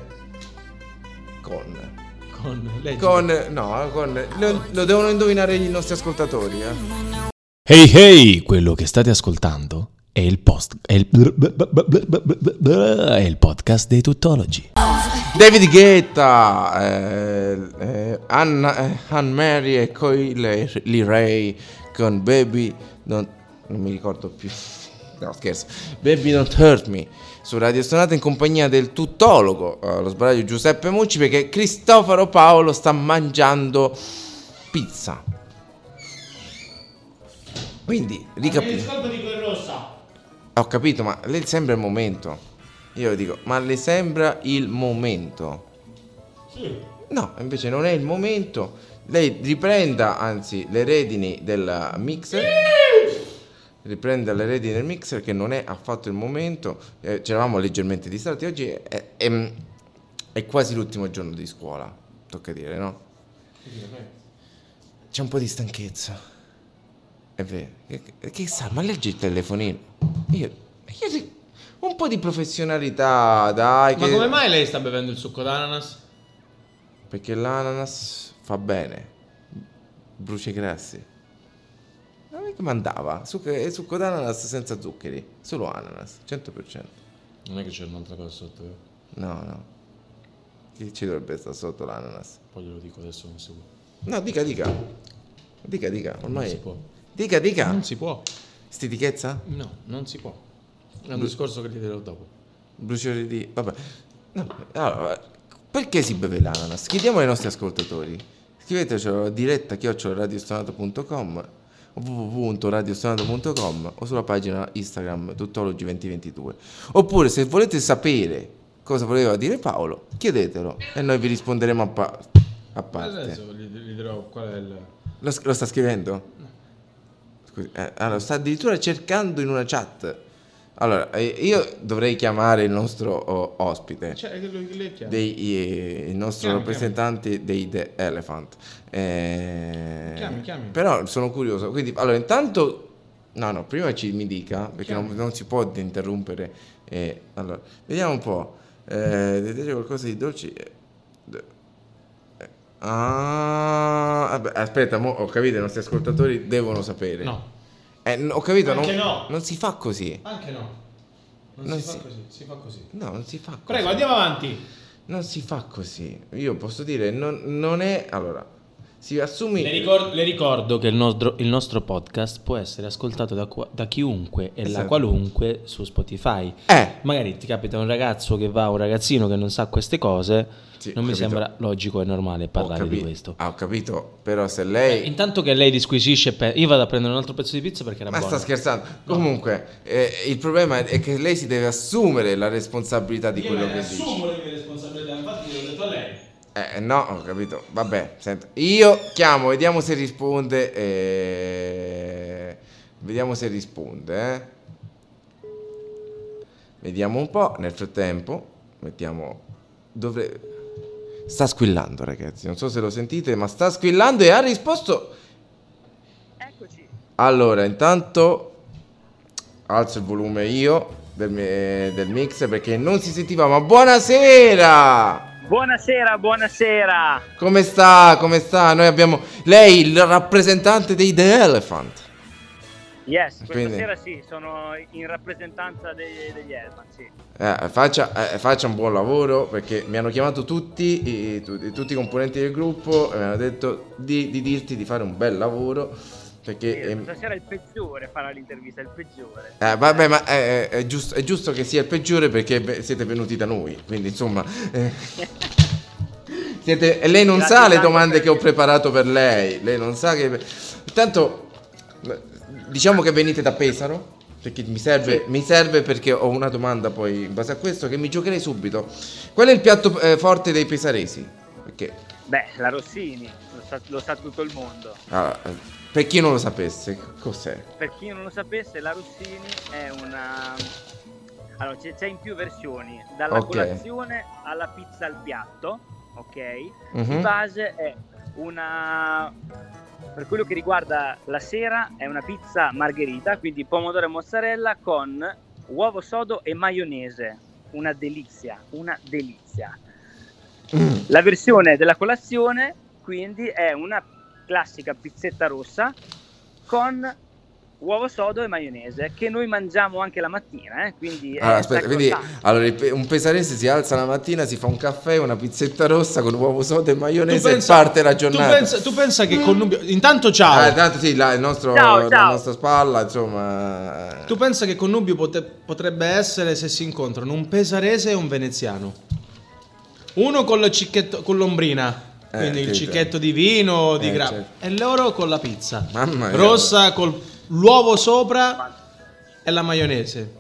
Con... Con leggi. Con... No, con... Lo, lo devono indovinare i nostri ascoltatori, eh. Hey hey, quello che state ascoltando è il post è il, è il podcast dei tuttologi. David Guetta, eh, eh, Anna, eh, Anne-Marie e Coyle Lee Ray con Baby non, non mi ricordo più. No, scherzo. Baby Don't Hurt Me su Radio Stonata in compagnia del tuttologo, eh, lo sbaraglio Giuseppe Mucci, perché Cristoforo Paolo sta mangiando pizza. Quindi, ricapiamo. di quel rossa. Ho capito, ma le sembra il momento. Io dico, ma le sembra il momento? Sì. No, invece non è il momento. Lei riprenda, anzi, le redini del mixer. Riprenda le redini del mixer, che non è affatto il momento. Eh, c'eravamo leggermente distratti. Oggi è, è, è quasi l'ultimo giorno di scuola. Tocca dire, no? C'è un po' di stanchezza. È vero. Che, che sa, ma leggi il telefonino. Io, io un po' di professionalità, dai. Ma che... come mai lei sta bevendo il succo d'ananas? Perché l'ananas fa bene. Brucia i grassi. Non è che mandava. Succo, è succo d'ananas senza zuccheri. Solo ananas, cento per cento. Non è che c'è un'altra cosa sotto. eh. No, no. Che ci dovrebbe stare sotto l'ananas? Poi glielo dico adesso non seguo. No, dica, dica. Dica, dica, ormai... Non si può. Dica, dica. Non si può. Stitichezza? No, non si può. È un discorso che ti dirò dopo. Bruciore di... Vabbè. No, allora, perché si beve l'ananas? Chiediamo ai nostri ascoltatori. Scrivetecelo a diretta chiocciola radiostonato punto com o w w w punto radiostonato punto com o sulla pagina Instagram Tuttologi duemilaventidue. Oppure se volete sapere cosa voleva dire Paolo, chiedetelo e noi vi risponderemo a, pa- a parte. Adesso gli, gli dirò qual è il... Lo, lo sta scrivendo? Scusi, eh, allora, sta addirittura cercando in una chat. Allora, eh, io dovrei chiamare il nostro oh, ospite, Cioè, lui, lei chiama. dei, eh, il nostro Chiami, rappresentante dei The Elephant. Eh, Chiami, chiami. Però sono curioso. Quindi, allora, intanto, no, no, prima ci mi dica, perché non, Chiami. non si può interrompere. Eh, allora, vediamo un po'. Eh, vedete qualcosa di dolci? Eh, eh, ah, vabbè, aspetta, mo, ho capito, i nostri ascoltatori devono sapere. No. Eh, n- ho capito, Anche non, no. non si fa così. Anche no. Non, Non si, si- fa così, si fa così. No, non si fa così. Prego, andiamo avanti. Non si fa così. Io posso dire, non, non è... Allora, si assumi... Le, ricor- le ricordo che il nostro, il nostro podcast può essere ascoltato da, qua- da chiunque e Esatto. da qualunque su Spotify. Eh, Magari ti capita un ragazzo che va, un ragazzino che non sa queste cose, Sì, non ho mi capito. sembra logico e normale ho parlare di capito. questo. Ah, ho capito, però se lei... Intanto che lei disquisisce, pe- io vado a prendere un altro pezzo di pizza perché era Ma buono. sta scherzando. Comunque, eh, il problema è che lei si deve assumere la responsabilità di quello che dice. le mie responsabilità, infatti gliel'ho detto a lei. Eh, no, ho capito. Vabbè, senta. Io chiamo, vediamo se risponde. eh, Vediamo se risponde. eh. Vediamo un po'. Nel frattempo, mettiamo. Dovre... Sta squillando, ragazzi. Non so se lo sentite, ma sta squillando e ha risposto. Eccoci. Allora, intanto alzo il volume io del, mi- del mix perché non si sentiva. Ma buonasera! Buonasera, buonasera. Come sta? Come sta? Noi abbiamo lei, il rappresentante dei The Elephant. Yes, questa Quindi- sera sì, sono in rappresentanza dei- degli Elman, sì. Eh, faccia, eh, faccia un buon lavoro perché mi hanno chiamato tutti i, tu- tutti i componenti del gruppo e mi hanno detto di, di dirti di fare un bel lavoro perché Sì, ehm, stasera è il peggiore farà l'intervista, è il peggiore. eh, vabbè, ma è, è giusto, è giusto che sia il peggiore perché beh, siete venuti da noi, quindi insomma eh, siete, e lei non Grazie sa le tanto domande per- che ho preparato per lei, lei non sa che... Intanto diciamo che venite da Pesaro perché mi serve, mi serve perché ho una domanda poi in base a questo che mi giocherei subito. Qual è il piatto eh, forte dei pesaresi? Perché Beh, la Rossini, lo sa, lo sa tutto il mondo. allora, eh, per chi non lo sapesse, cos'è? Per chi non lo sapesse, la Rossini è una... Allora, c'è, c'è in più versioni, dalla Ok. colazione alla pizza al piatto, ok? Mhm. Di base è una... Per quello che riguarda la sera è una pizza margherita, quindi pomodoro e mozzarella con uovo sodo e maionese. Una delizia, una delizia. Mm. La versione della colazione quindi è una classica pizzetta rossa con uovo sodo e maionese che noi mangiamo anche la mattina, eh? Quindi è Allora, aspetta, quindi sacrosanto. allora, il pe- un pesarese si alza la mattina, si fa un caffè, una pizzetta rossa con uovo sodo e maionese e parte la giornata. Tu pensa, tu pensa che Connubio... Intanto ciao. Ah, tanto sì, la, il nostro, Ciao, la ciao. nostra spalla, insomma. Tu pensa che Connubio pote- potrebbe essere, se si incontrano, un pesarese e un veneziano. Uno con, lo cicchetto, con l'ombrina, Eh, quindi il sì, cicchetto di vino, di Eh, gra- certo. e loro con la pizza. Mamma mia. Rossa con l'uovo sopra e la maionese.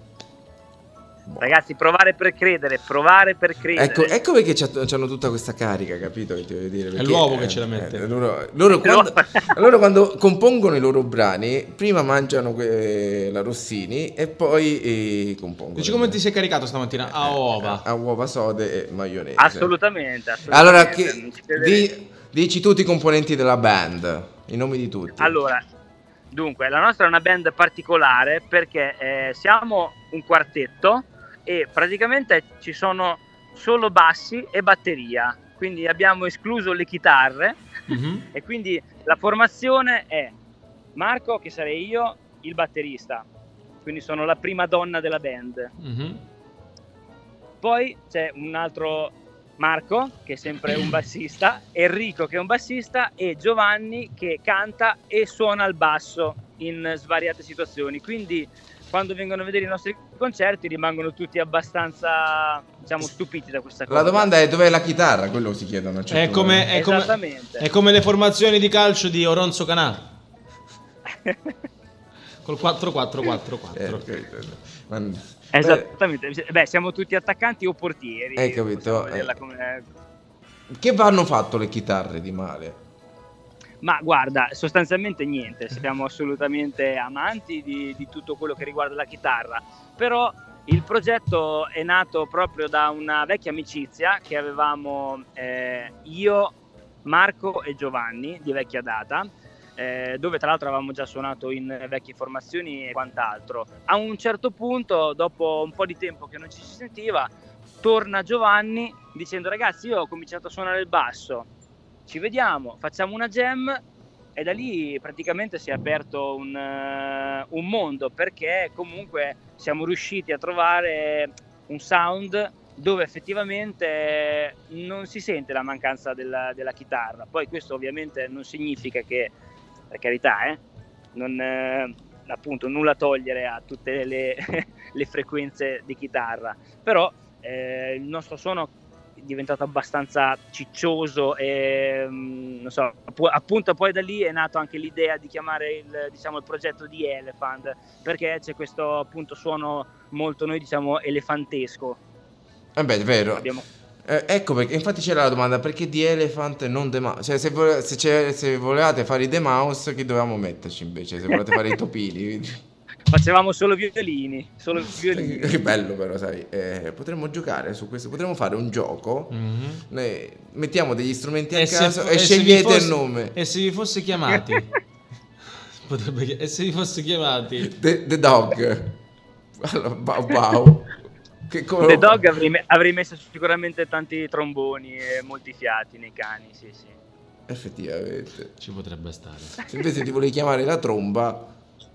Ragazzi, provare per credere, provare per credere. Ecco, ecco perché hanno tutta questa carica, capito? Che ti voglio dire? Perché, l'uovo che ce la mette. eh, loro, loro quando, loro quando compongono i loro brani, prima mangiano que- la Rossini e poi eh, compongono. Dici come ti sei caricato stamattina? A uova. A uova sode e maionese. Assolutamente, assolutamente. Allora, non chi- ci crederete. di- dici tutti i componenti della band, i nomi di tutti. Allora, dunque, la nostra è una band particolare perché eh, siamo un quartetto e praticamente ci sono solo bassi e batteria, quindi abbiamo escluso le chitarre Mhm. e quindi la formazione è Marco, che sarei io, il batterista, quindi sono la prima donna della band. Mhm. Poi c'è un altro Marco, che è sempre un bassista, Enrico, che è un bassista, e Giovanni, che canta e suona il basso in svariate situazioni. Quindi quando vengono a vedere i nostri concerti rimangono tutti abbastanza, diciamo, stupiti da questa cosa. La domanda è: dov'è la chitarra? Quello si chiedono. A È come, è, come, Esattamente. è come le formazioni di calcio di Oronzo Canà col quattro quattro quattro quattro. Eh, ma- Esattamente. Beh, siamo tutti attaccanti o portieri. Hai capito? possiamo vederla come- Che vanno fatto le chitarre di male? Ma guarda, sostanzialmente niente, siamo assolutamente amanti di, di tutto quello che riguarda la chitarra, però il progetto è nato proprio da una vecchia amicizia che avevamo eh, io, Marco e Giovanni, di vecchia data, eh, dove tra l'altro avevamo già suonato in vecchie formazioni e quant'altro. A un certo punto, dopo un po' di tempo che non ci si sentiva, torna Giovanni dicendo: ragazzi, io ho cominciato a suonare il basso, ci vediamo, facciamo una jam. E da lì praticamente si è aperto un, uh, un mondo, perché comunque siamo riusciti a trovare un sound dove effettivamente non si sente la mancanza della, della chitarra. Poi questo ovviamente non significa che, per carità, eh, non, eh, appunto nulla togliere a tutte le, le frequenze di chitarra, però eh, il nostro suono è diventato abbastanza ciccioso e non so, appunto poi da lì è nato anche l'idea di chiamare il, diciamo, il progetto di Elephant, perché c'è questo appunto suono molto, noi diciamo, elefantesco. Eh beh, è vero. Abbiamo... Eh, ecco perché, infatti c'era la domanda: perché The Elephant e non The Mouse? Cioè, se, vole- se, c'è- se volevate fare i The Mouse, che dovevamo metterci invece? Se volete fare i topini. Facevamo solo violini, solo violini. Che bello, però, sai, eh, potremmo giocare su questo, potremmo fare un gioco. Mhm. Noi mettiamo degli strumenti a E se caso fo- e, e se vi scegliete fosse- il nome. E se vi fosse chiamati? Potrebbe chi- E se vi fosse chiamati? The, the Dog. Allora, wow, wow. Che co- The Dog avrei, me- avrei messo sicuramente tanti tromboni e molti fiati nei cani, sì sì. Effettivamente. Ci potrebbe stare. Se invece ti volevi chiamare la tromba,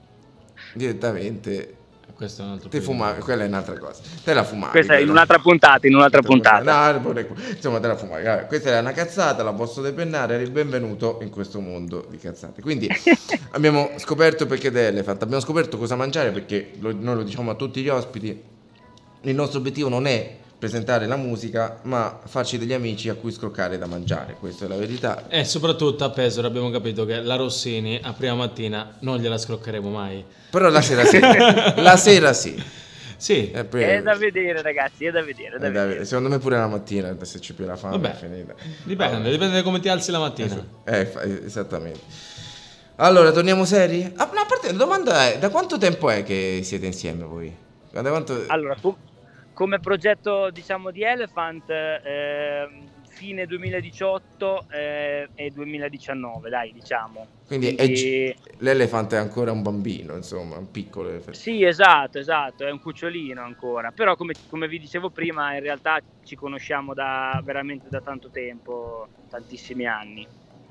direttamente Questo è un altro te paio di fumavi, quella è un'altra cosa. Te la fumavi. Questa è in però. un'altra puntata, in un'altra puntata. No, pure- insomma, te la fumavi. Vabbè, questa era una cazzata, la posso depennare. Eri benvenuto in questo mondo di cazzate. Quindi abbiamo scoperto perché The Elephant, abbiamo scoperto cosa mangiare, perché lo- noi lo diciamo a tutti gli ospiti. Il nostro obiettivo non è presentare la musica, ma farci degli amici a cui scroccare da mangiare. Questa è la verità. E soprattutto a Pesaro abbiamo capito che la Rossini a prima mattina non gliela scroccheremo mai. Però la sera sì. La sera sì. Sì, E poi- È da vedere, ragazzi, è da vedere, è da Eh, dai, vedere. secondo me pure la mattina, se c'è più la fame, Vabbè, è finita. dipende, Allora, dipende da come ti alzi la mattina. eh, fa- esattamente. Allora, torniamo seri? Ah, no, a parte, la domanda è: da quanto tempo è che siete insieme voi? Da quanto... Allora, com- come progetto, diciamo, di Elephant, ehm, fine duemiladiciotto eh, e duemiladiciannove, dai, diciamo. Quindi è gi- l'elefante è ancora un bambino, insomma, un piccolo elefante. Sì, esatto, esatto, è un cucciolino ancora, però come, come vi dicevo prima, in realtà ci conosciamo da veramente da tanto tempo, tantissimi anni.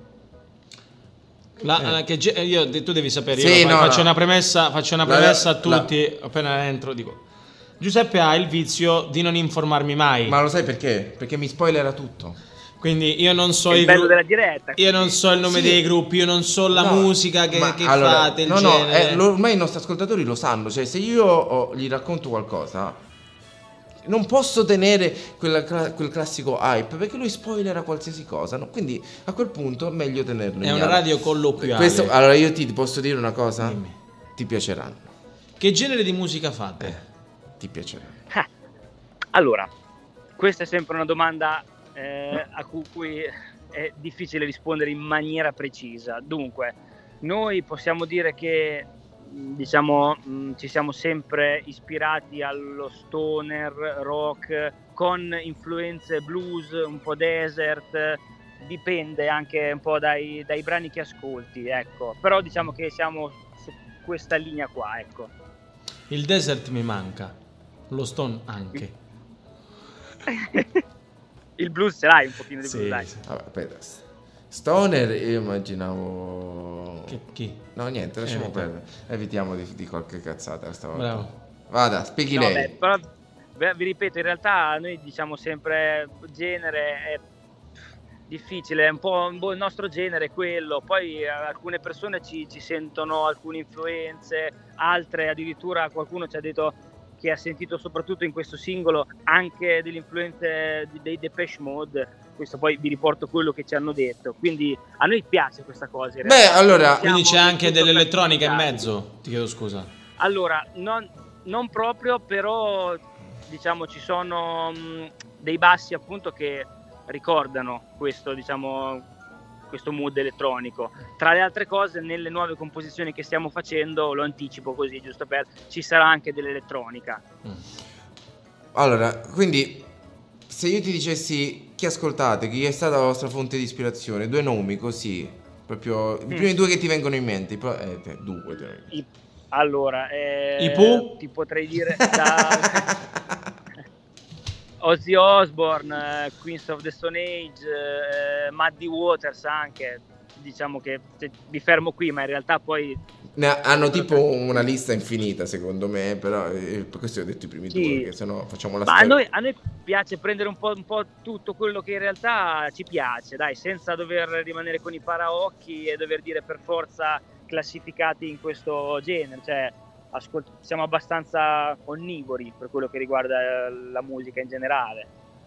La- che ge- io, tu devi sapere, Sì, io fa- no, faccio no. una premessa, faccio una La- premessa a la- tutti, appena entro dico: Giuseppe ha il vizio di non informarmi mai, Ma lo sai perché? Perché mi spoilerà tutto. quindi io non so È i il bello gru- della diretta. io non so il nome Sì. dei gruppi, io non so la No, musica che, ma che allora, fate, il no, no, genere. eh, lo- ormai i nostri ascoltatori lo sanno. Cioè, se io oh, gli racconto qualcosa, non posso tenere quella cla- quel classico hype, perché lui spoilerà qualsiasi cosa, no? Quindi a quel punto è meglio tenerlo È in una chiaro. radio colloquiale. Questo, allora io ti posso dire una cosa? Dimmi. Ti piaceranno. Che genere di musica fate? Ti piaceranno. Ah, allora, questa è sempre una domanda eh, a cui è difficile rispondere in maniera precisa. Dunque, noi possiamo dire che mh, diciamo mh, ci siamo sempre ispirati allo stoner rock con influenze blues, un po' desert, dipende anche un po' dai, dai brani che ascolti, ecco. Però diciamo che siamo su questa linea qua, ecco. Il desert mi manca, lo stone anche. Il blues ce l'hai un pochino di Sì, blues, dai. sì. Vabbè, aspetta. Stoner io immaginavo... Che, chi? No, niente, lasciamo Evita. perdere. Evitiamo di, di qualche cazzata stavolta. Bravo. Vada, spieghi No, lei. beh, però beh, vi ripeto, in realtà noi diciamo sempre genere è difficile, è un po', un po' il nostro genere è quello, poi eh, alcune persone ci, ci sentono alcune influenze, altre addirittura qualcuno ci ha detto che ha sentito soprattutto in questo singolo anche delle influenze di- dei Depeche Mode. Questo poi vi riporto quello che ci hanno detto, quindi a noi piace questa cosa in Beh, realtà. allora- Non siamo Quindi c'è del anche tutto dell'elettronica in classificati. mezzo? Ti chiedo scusa. Allora, non, non proprio, però diciamo ci sono mh, dei bassi appunto che ricordano questo, diciamo, questo mood elettronico. Tra le altre cose, nelle nuove composizioni che stiamo facendo, lo anticipo così, giusto per, ci sarà anche dell'elettronica. Mm. Allora, quindi se io ti dicessi chi ascoltate, chi è stata la vostra fonte di ispirazione, due nomi così, proprio i Mm. primi due che ti vengono in mente, i pro- eh, te- due. te- I- allora, eh, I Pooh? ti potrei dire da Ozzy Osbourne, eh, Queens of the Stone Age, eh, Muddy Waters anche. Diciamo che se- mi fermo qui, ma in realtà poi Ne ha- hanno tipo una lista infinita secondo me, però eh, per questo ho detto i primi Sì. due, perché sennò facciamo la Ma a storia. noi, a noi piace prendere un po', un po' tutto quello che in realtà ci piace, dai, senza dover rimanere con i paraocchi e dover dire per forza classificati in questo genere, cioè ascolt- siamo abbastanza onnivori per quello che riguarda eh, la musica in generale.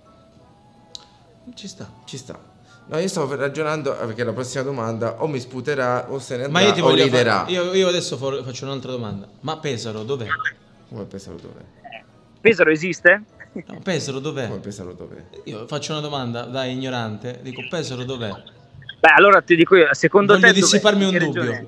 Ci sta, ci sta. No, io stavo ragionando eh, perché la prossima domanda o mi sputerà o se ne Ma andrà io ti o voglio riderà. fa- io, io adesso for- faccio un'altra domanda. Ma Pesaro dov'è? Come Pesaro dov'è? Eh, Pesaro esiste? No, Pesaro dov'è? Come Pesaro dov'è? Io faccio una domanda da ignorante, dico Pesaro dov'è? Beh, allora ti dico io, secondo Voglio te dov'è? dissiparmi In un che dubbio. regione?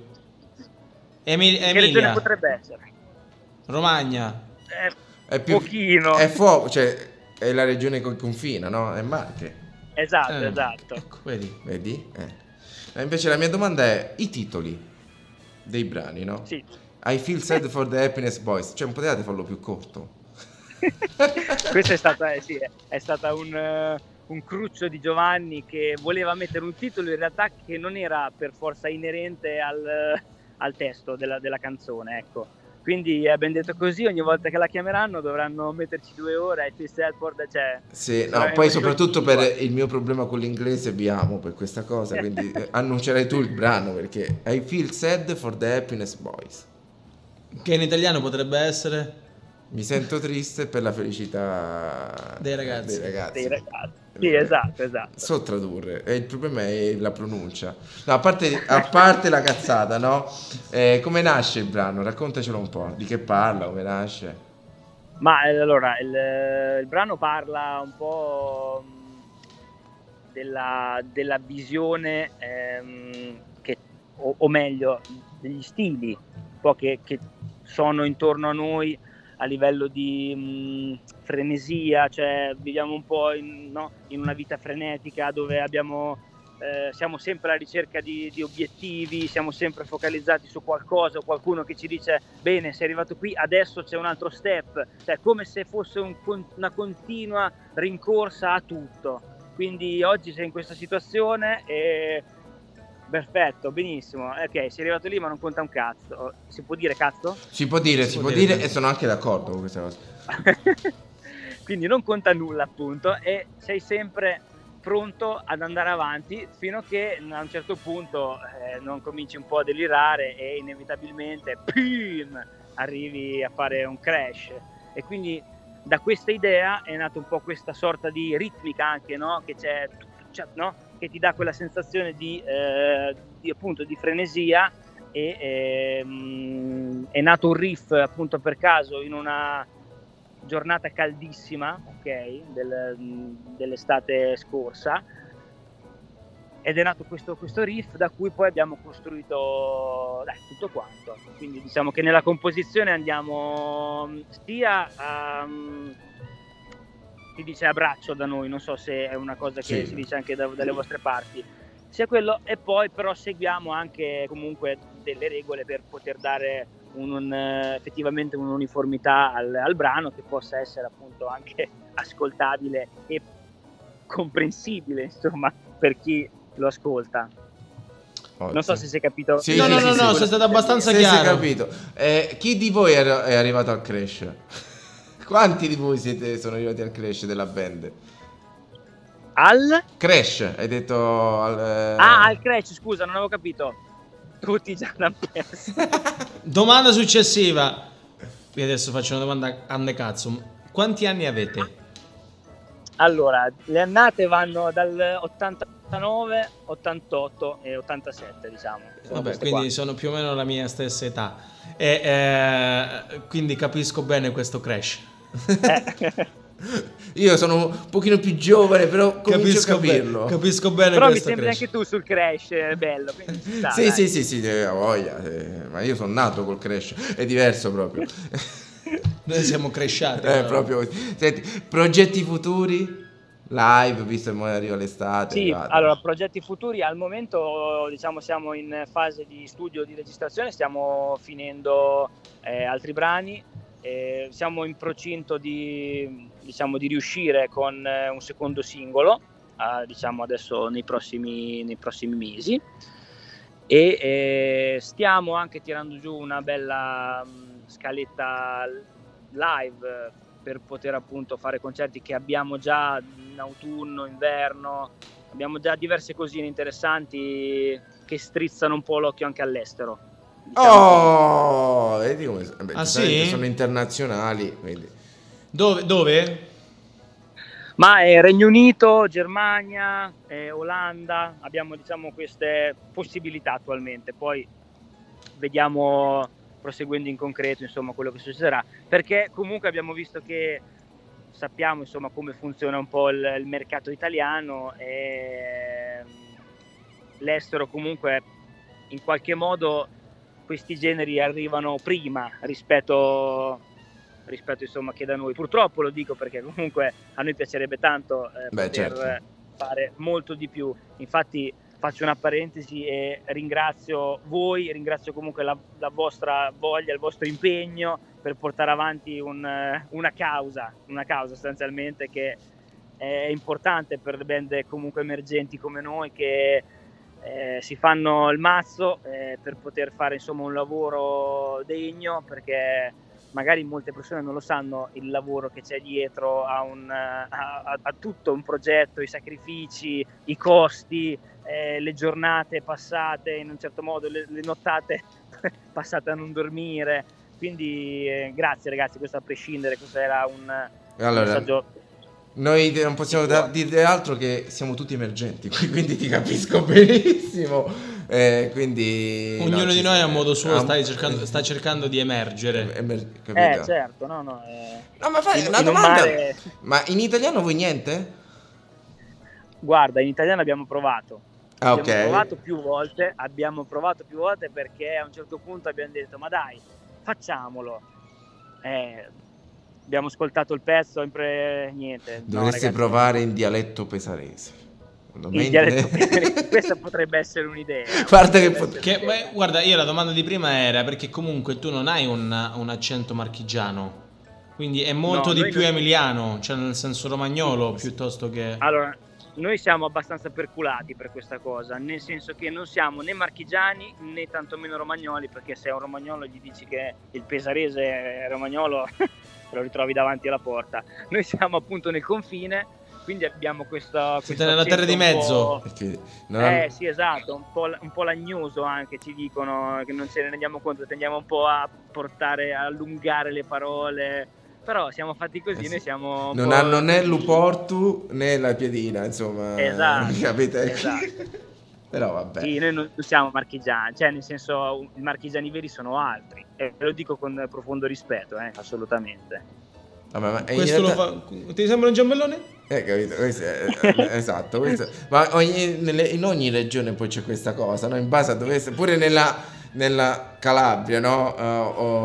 Emil- In che regione Emilia, potrebbe essere? Romagna. Eh, È più pochino. È fuoco, cioè è la regione con confina, no? È Marche. Esatto, Eh, esatto. Ecco, vedi. Vedi? Eh. Ma invece la mia domanda è i titoli dei brani, no? Sì. I feel sad for the happiness boys. Cioè, non potevate farlo più corto? Questa è stata, eh, sì, è stata un, eh, un cruccio di Giovanni che voleva mettere un titolo in realtà che non era per forza inerente al, al testo della, della canzone, ecco. Quindi abbiamo detto così, ogni volta che la chiameranno dovranno metterci due ore e ti cioè, Sì, no, sarà poi una soprattutto continua. per il mio problema con l'inglese vi amo per questa cosa, quindi eh, annuncerai tu il brano perché I feel sad for the happiness boys. Che in italiano potrebbe essere? Mi sento triste per la felicità Dei ragazzi. Dei ragazzi. Dei ragazzi. Sì, esatto, esatto. So tradurre, e il problema è la pronuncia. No, a parte, a parte la cazzata, no? Eh, come nasce il brano? Raccontacelo un po', di che parla, come nasce. Ma eh, allora, il, il brano parla un po' mh, della, della visione, ehm, che, o, o meglio, degli stili un po' che, che sono intorno a noi a livello di mh, frenesia, cioè viviamo un po' in, no, in una vita frenetica dove abbiamo, eh, siamo sempre alla ricerca di, di obiettivi, siamo sempre focalizzati su qualcosa o qualcuno che ci dice bene, sei arrivato qui, adesso c'è un altro step, cioè come se fosse un, una continua rincorsa a tutto. Quindi oggi sei in questa situazione e perfetto, benissimo, ok, sei arrivato lì ma non conta un cazzo. Si può dire cazzo? Si può dire, Si si può può dire. dire, e sono anche d'accordo con questa cosa. Quindi non conta nulla appunto e sei sempre pronto ad andare avanti fino a che a un certo punto eh, non cominci un po' a delirare e inevitabilmente pim, arrivi a fare un crash. E quindi da questa idea è nata un po' questa sorta di ritmica anche, no? Che c'è, cioè, no? Che ti dà quella sensazione di, eh, di appunto di frenesia e ehm, è nato un riff appunto per caso in una giornata caldissima, ok, del, dell'estate scorsa, ed è nato questo, questo riff da cui poi abbiamo costruito dai, tutto quanto. Quindi diciamo che nella composizione andiamo sia a si dice a braccio da noi, non so se è una cosa che Sì. si dice anche da, dalle vostre parti, sia quello, e poi però seguiamo anche comunque delle regole per poter dare un, un, effettivamente un'uniformità al, al brano che possa essere appunto anche ascoltabile e comprensibile insomma per chi lo ascolta. Non so se si è capito. Sì, No, sì, no, sì, no, sì, no, sì. sei stato abbastanza Sì, si è chiaro. capito. Eh, chi di voi è, è arrivato al crash? Quanti di voi siete, sono arrivati al crash della band? Al? Crash, hai detto al, eh... Ah, al crash, scusa, non avevo capito. Tutti già l'hanno perso. Domanda successiva. Io adesso faccio una domanda a ne cazzo. Quanti anni avete? Allora, le annate vanno dal ottantanove, ottantotto e ottantasette, diciamo. Sono Vabbè, queste quindi qua. sono più o meno la mia stessa età. E eh, quindi capisco bene questo crash. Eh. Io sono un pochino più giovane, però comincio Capisco, a capirlo. be- capisco bene Però mi questo sembri crash. anche tu sul crash, è bello. Quindi ci sta, Sì, dai. sì, sì, sì, eh, voglia, eh, ma io sono nato col crash, è diverso proprio. Noi siamo crashati. Eh, no? proprio. Senti, progetti futuri? Live, visto che ora arriva l'estate. Sì, arrivate. allora, progetti futuri al momento, diciamo, siamo in fase di studio di registrazione, stiamo finendo eh, altri brani, eh, siamo in procinto di, diciamo, di riuscire con eh, un secondo singolo, eh, diciamo adesso nei prossimi, nei prossimi mesi, e eh, stiamo anche tirando giù una bella mh, scaletta live per poter appunto fare concerti che abbiamo già in autunno, inverno, abbiamo già diverse cosine interessanti che strizzano un po' l'occhio anche all'estero. Diciamo Oh, vedi come vabbè, Ah, giustamente sì? sono internazionali, quindi. Dove? Dove? Ma è Regno Unito, Germania, eh, Olanda, abbiamo diciamo queste possibilità attualmente, poi vediamo proseguendo in concreto insomma quello che succederà, perché comunque abbiamo visto che sappiamo insomma come funziona un po' il, il mercato italiano e l'estero comunque in qualche modo questi generi arrivano prima rispetto rispetto insomma che da noi, purtroppo lo dico perché comunque a noi piacerebbe tanto eh, Beh, poter certo. fare molto di più, infatti faccio una parentesi e ringrazio voi, ringrazio comunque la, la vostra voglia, il vostro impegno per portare avanti un, una causa, una causa sostanzialmente che è importante per le band comunque emergenti come noi che eh, si fanno il mazzo eh, per poter fare insomma un lavoro degno, perché magari molte persone non lo sanno il lavoro che c'è dietro a, un, a, a, a tutto un progetto, i sacrifici, i costi, eh, le giornate passate in un certo modo, le, le nottate passate a non dormire, quindi eh, grazie ragazzi, questo a prescindere, questo era un, un Allora, messaggio. noi non possiamo da- dire altro che siamo tutti emergenti, quindi ti capisco benissimo. Eh, quindi Ognuno no, di ci- noi a modo suo ah, stai cercando, sta cercando di emergere. emer- Eh capito? certo, no no. Eh, No, ma fai in- una in un domanda. mare- Ma in italiano vuoi niente? Guarda, in italiano abbiamo provato. Ah, Abbiamo ok. provato più volte, abbiamo provato più volte perché a un certo punto abbiamo detto ma dai, facciamolo. Eh, abbiamo ascoltato il pezzo, sempre niente. No, Dovresti ragazzi, provare in dialetto pesarese. Secondo me il in- dialetto pesarese, questa potrebbe essere un'idea. Guarda che Potrebbe pot- essere Che, un'idea. beh, guarda, io la domanda di prima era perché comunque tu non hai un, un accento marchigiano, quindi è molto No, di noi più non- emiliano, cioè nel senso romagnolo piuttosto che... Allora, noi siamo abbastanza perculati per questa cosa, nel senso che non siamo né marchigiani né tantomeno romagnoli, perché se a un romagnolo gli dici che il pesarese è romagnolo te lo ritrovi davanti alla porta. Noi siamo appunto nel confine, quindi abbiamo questo, Siete questo nella terra di accento un mezzo. po'- Perché non Eh sì, esatto, un po', un po' lagnoso anche, ci dicono che non ce ne rendiamo conto, tendiamo un po' a portare, a allungare le parole, però siamo fatti così, Eh sì. noi siamo un non po'- hanno né l'uportu né la piedina, insomma. Esatto, Capite? esatto. Però vabbè. Sì, noi non siamo marchigiani, cioè nel senso i marchigiani veri sono altri, e ve lo dico con profondo rispetto, eh, assolutamente. Vabbè, ma in Questo realtà- lo fa... Ti sembra un giambellone? Eh, capito? Questo è- eh, esatto, questo- ma ogni- nelle- in ogni regione poi c'è questa cosa, no? In base a dove sei- pure nella, nella Calabria, no? Eh,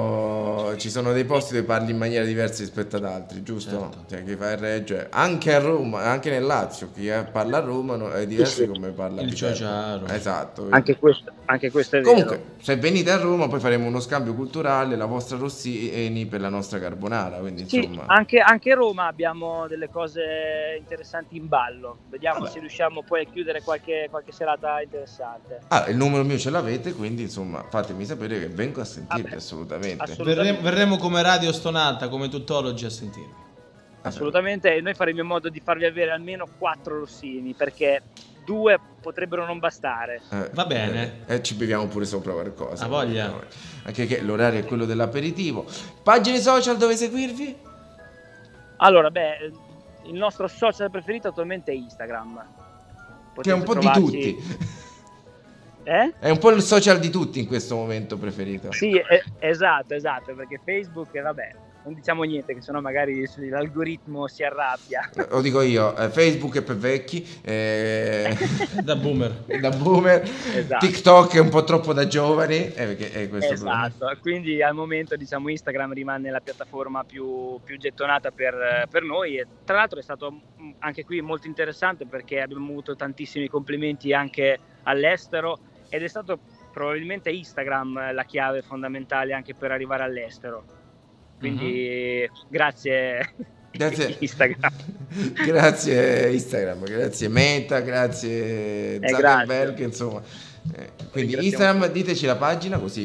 o- ci sono dei posti dove parli in maniera diversa rispetto ad altri, giusto? Certo. Cioè, chi fa il Reggio, anche a Roma, anche nel Lazio, chi è- parla a Roma no, è diverso di come parla a Il Viterbo. ciociaro. Esatto. Anche questo, anche questo è Comunque, vero. se venite a Roma poi faremo uno scambio culturale, la vostra Rossini per la nostra carbonara, quindi Sì, insomma... anche, anche a Roma abbiamo delle cose interessanti in ballo, vediamo Vabbè. se riusciamo poi a chiudere qualche, qualche serata interessante. Ah, il numero mio ce l'avete, quindi insomma fatemi sapere sapere che vengo a sentirvi. Vabbè, assolutamente. assolutamente. Verremo, verremo come Radio Stonata, come Tuttologi a sentirvi. Assolutamente, e noi faremo in modo di farvi avere almeno quattro rossini, perché due potrebbero non bastare. Eh, Va bene. E eh, ci beviamo pure sopra qualcosa. Ha voglia. Anche che l'orario è quello dell'aperitivo. Pagine social dove seguirvi? Allora, beh, il nostro social preferito attualmente è Instagram. Potete Che è un po' trovarci... di tutti. Eh? È un po' il social di tutti in questo momento preferito. Sì, eh, esatto, esatto, perché Facebook, eh, vabbè, non diciamo niente, che sennò magari l'algoritmo si arrabbia. Lo dico io, eh, Facebook è per vecchi, eh, Da boomer. da boomer, Esatto. TikTok è un po' troppo da giovani, eh, perché è questo il problema. Esatto, quindi al momento diciamo Instagram rimane la piattaforma più, più gettonata per, per noi, e tra l'altro è stato mh, anche qui molto interessante perché abbiamo avuto tantissimi complimenti anche all'estero, ed è stato probabilmente Instagram la chiave fondamentale anche per arrivare all'estero. Quindi mm-hmm. grazie, Grazie Instagram. Grazie Instagram, grazie Meta, grazie Eh, Zuckerberg, grazie. insomma. Eh, quindi Ringraziamo Instagram, tutti. diteci la pagina così.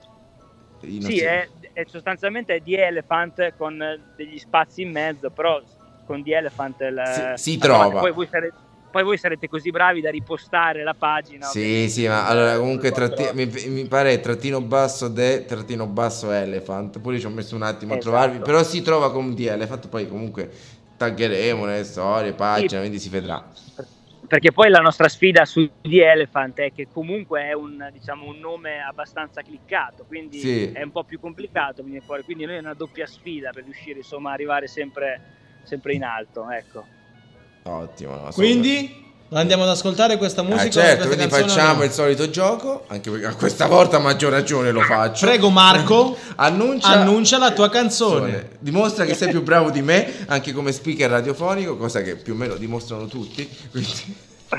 i Sì, nostri- è, è sostanzialmente è The Elephant con degli spazi in mezzo, però con The Elephant il- Si- si Madonna, trova. Poi voi, sarete, poi voi sarete così bravi da ripostare la pagina. Sì, ovviamente. sì, ma allora comunque tratti- Però- mi, mi pare trattino basso de trattino basso elephant. Pure ci ho messo un attimo a Esatto. trovarvi, però si trova con The Elephant, poi comunque taggeremo nelle storie, pagina, Sì. quindi si vedrà. Perché poi la nostra sfida su The Elephant è che comunque è un, diciamo, un nome abbastanza cliccato, quindi Sì. è un po' più complicato venire fuori, quindi noi è una doppia sfida per riuscire insomma a arrivare sempre, sempre in alto, ecco. Ottimo, no, Quindi andiamo ad ascoltare questa super- musica. Ah, certo, questa quindi canzone o facciamo no? il solito gioco, anche perché a questa volta a maggior ragione lo faccio. Prego Marco, Annuncia, annuncia la tua canzone. Dimostra che sei più bravo di me anche come speaker radiofonico, cosa che più o meno dimostrano tutti. Quindi...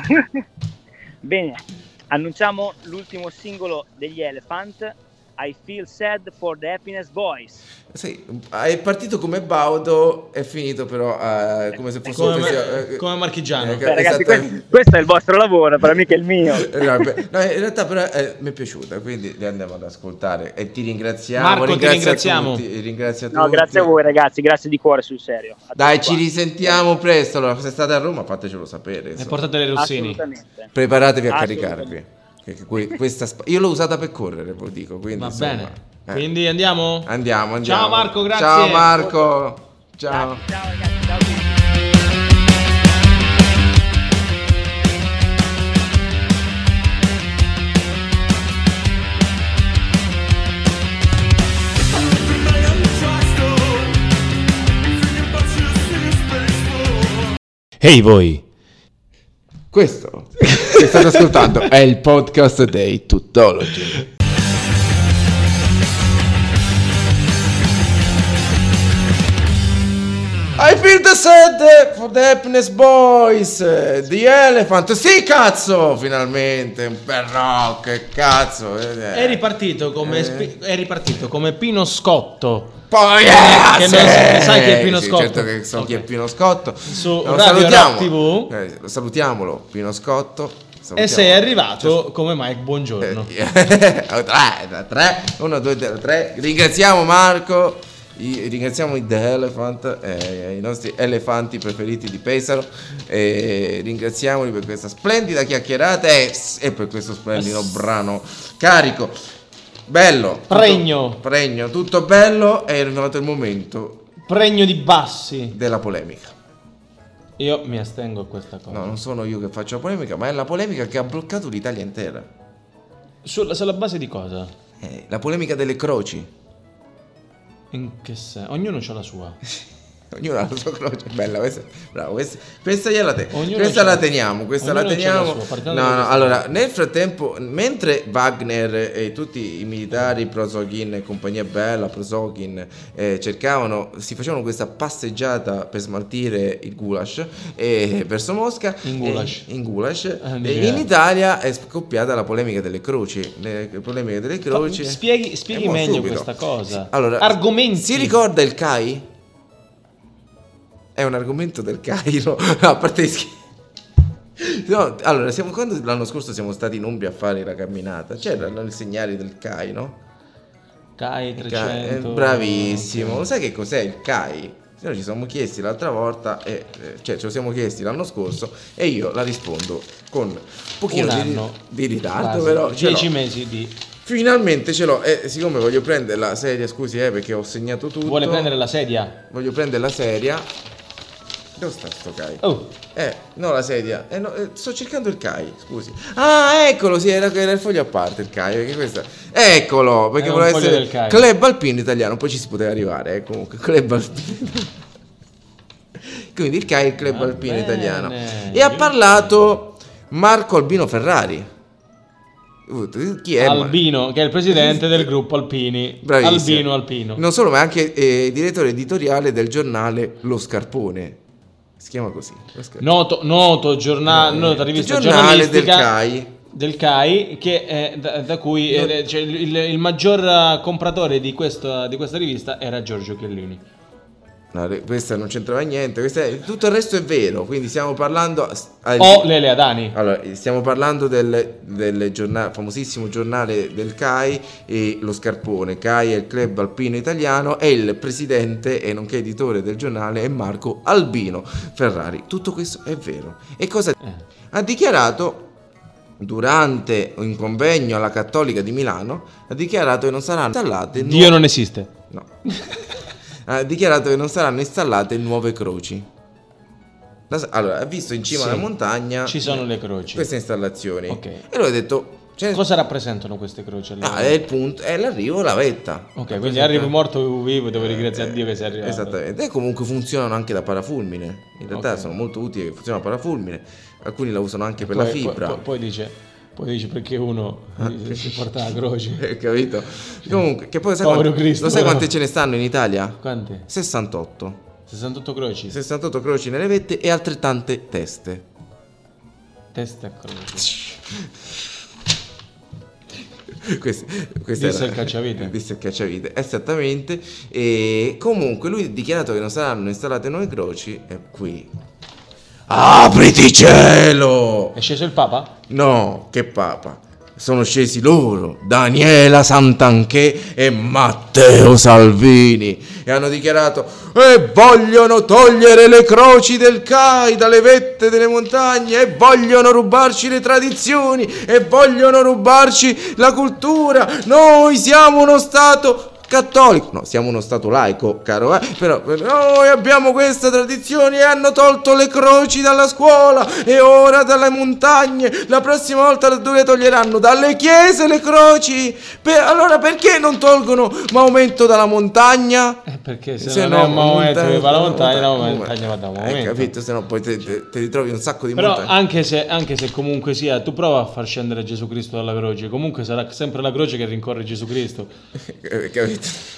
Bene, annunciamo l'ultimo singolo degli Elephant, I Feel Sad for the Happiness Boys. Sì, è partito come Baudo, è finito però eh, come se fosse Come, un me- festival- eh, come Marchigiano. eh, Beh, ragazzi, esattamente. questo, questo è il vostro lavoro, per me che è il mio. Eh, no, beh, no, in realtà però eh, mi è piaciuta, quindi li andiamo ad ascoltare e ti ringraziamo. Marco, ti ringrazio ringraziamo. A tutti, ringrazio a No, tutti. grazie a voi ragazzi, grazie di cuore, sul serio. A Dai, tutti ci qua. risentiamo presto. Allora, se state a Roma, fatecelo sapere. E insomma. portate le rossini. Assolutamente. Preparatevi a Assolutamente. caricarvi. Perché que- questa sp- io l'ho usata per correre, ve lo dico. Quindi, Va insomma, bene. eh. Quindi andiamo? Andiamo, andiamo. Ciao Marco, grazie. Ciao Marco. Ciao. Ciao ragazzi, ciao a tutti. Ehi voi! Questo che state ascoltando è il podcast dei Tuttologi. I feel the sad for the happiness boys. The Elephant. Sì, cazzo! Finalmente un bel rock. Che cazzo. È ripartito come, Eh. spi- è ripartito come Pino Scotto. Poi yeah, Che sì. non- sai chi è Pino Sì, Scotto? certo che so chi è Ok. Pino Scotto. Su Lo Radio salutiamo. Rock tivù. Eh, lo salutiamolo, Pino Scotto. E Salutiamo. sei arrivato come Mike Buongiorno. Eh, tre, da tre, uno, due, tre, tre. Ringraziamo Marco. I- ringraziamo i The Elephant, eh, i nostri elefanti preferiti di Pesaro, e ringraziamoli per questa splendida chiacchierata e, e per questo splendido brano carico, bello, tutto- Pregno. pregno, tutto bello. È arrivato il momento Pregno di bassi. della polemica. Io mi astengo a questa cosa. No, non sono io che faccio la polemica, ma è la polemica che ha bloccato l'Italia intera. Sulla, sulla base di cosa? Eh, la polemica delle croci. In che senso? Ognuno ha la sua. Ognuno ha la sua croce, bella questa, bravo, questa, questa gliela te- Ognuno questa c'ha- la teniamo, questa la ognuno c'ha teniamo. la sua, partiamo No, da no, questa. allora, nel frattempo, mentre Wagner e tutti i militari Prozogin e compagnia bella, Prozogin, eh, cercavano, si facevano questa passeggiata per smaltire il goulash eh, verso Mosca, In goulash. eh, in goulash, Ah, e mica. in Italia è scoppiata la polemica delle croci, le polemiche delle croci. Spieghi, spieghi Eh, mo meglio subito. questa cosa. Allora, Argomenti. si ricorda il C A I? È un argomento del Cairo, a parte gli schi- No, allora, siamo, quando l'anno scorso siamo stati in Umbria a fare la camminata, c'erano i segnali del C A I, no? CAI trecento. Eh, bravissimo. Lo sai che cos'è il CAI? Se noi ci siamo chiesti l'altra volta, e, eh, cioè ce lo siamo chiesti l'anno scorso, e io la rispondo con un pochino Un di, anno, di ritardo, quasi, però ce dieci l'ho. mesi di... Finalmente ce l'ho, e siccome voglio prendere la sedia, scusi eh, perché ho segnato tutto. Vuole prendere la sedia? Voglio prendere la sedia. Dove sta sto CAI? Oh, Eh, no, la sedia. Eh, no, eh, sto cercando il CAI, scusi. Ah, eccolo, sì, era, era il foglio a parte il CAI, perché questa... Eccolo, perché Era un voleva foglio essere del CAI. Club Alpino Italiano, poi ci si poteva arrivare, eh, comunque, Club Alpino. Quindi il CAI è il Club Va Alpino bene. Italiano. E ha parlato Marco Albino Ferrari. Uh, Chi è? Albino, che è il presidente del gruppo Alpini. Bravissimo. Albino Alpino. Non solo, ma anche eh, direttore editoriale del giornale Lo Scarpone. Si chiama così. Lo Scarpone. Noto, noto giornale, Eh, nota rivista giornale del giornalistica CAI. del CAI, che è da, da cui eh, cioè, il, il maggior compratore di questa, di questa rivista era Giorgio Chiellini. No, re- questa non c'entrava niente. Questa è- tutto il resto è vero. Quindi stiamo parlando. al- O Lele Adani. Allora, stiamo parlando del, del giornale, famosissimo giornale del CAI e Lo Scarpone. CAI è il Club Alpino Italiano e il presidente e nonché editore del giornale è Marco Albino Ferrari. Tutto questo è vero. E cosa Eh. ha dichiarato durante un convegno alla Cattolica di Milano? Ha dichiarato che non saranno installate Dio nuove- non esiste. No. Ha dichiarato che non saranno installate nuove croci. La- Allora, ha visto in cima Sì, alla montagna ci sono le croci. queste installazioni. Ok. E lui ha detto cioè, Cosa rappresentano queste croci? allora? ah, è il punto, è l'arrivo alla vetta. Ok, quindi arrivi morto o vivo, devo ringraziare a Dio che sei arrivato. Esattamente. E comunque funzionano anche da parafulmine. In realtà Ok. sono molto utili che funzionano a parafulmine. Alcuni la usano anche per Poi, la fibra. Poi, poi- poi dice, poi dice perché uno si porta la croce. Hai capito? Comunque, che poi sai, Povero quanti, Cristo, lo sai però. quante ce ne stanno in Italia? Quante? sessantotto. sessantotto croci. sessantotto croci nelle vette e altrettante teste. Testa a croce. questo, questo Disse era- il cacciavite. Disse il cacciavite, esattamente. E comunque lui ha dichiarato che non saranno installate nuove croci. E qui apriti cielo! È sceso il Papa? No, che papa. Sono scesi loro, Daniela Santanché e Matteo Salvini, e hanno dichiarato e vogliono togliere le croci del CAI dalle vette delle montagne, e vogliono rubarci le tradizioni, e vogliono rubarci la cultura. Noi siamo uno Stato cattolico, no, siamo uno Stato laico, caro, eh? Però noi abbiamo questa tradizione e hanno tolto le croci dalla scuola e ora dalle montagne. La prossima volta dove toglieranno? Dalle chiese le croci. Per, allora perché non tolgono Maometto dalla montagna? Eh, perché se, Se non no, è un Maometto monta- che va alla montagna, la monta- montagna va da Hai Maometto. capito? Se no poi te, te- te ritrovi un sacco di Però montagne. anche se, anche se comunque sia, tu prova a far scendere Gesù Cristo dalla croce, comunque sarà sempre la croce che rincorre Gesù Cristo. Eh, capito?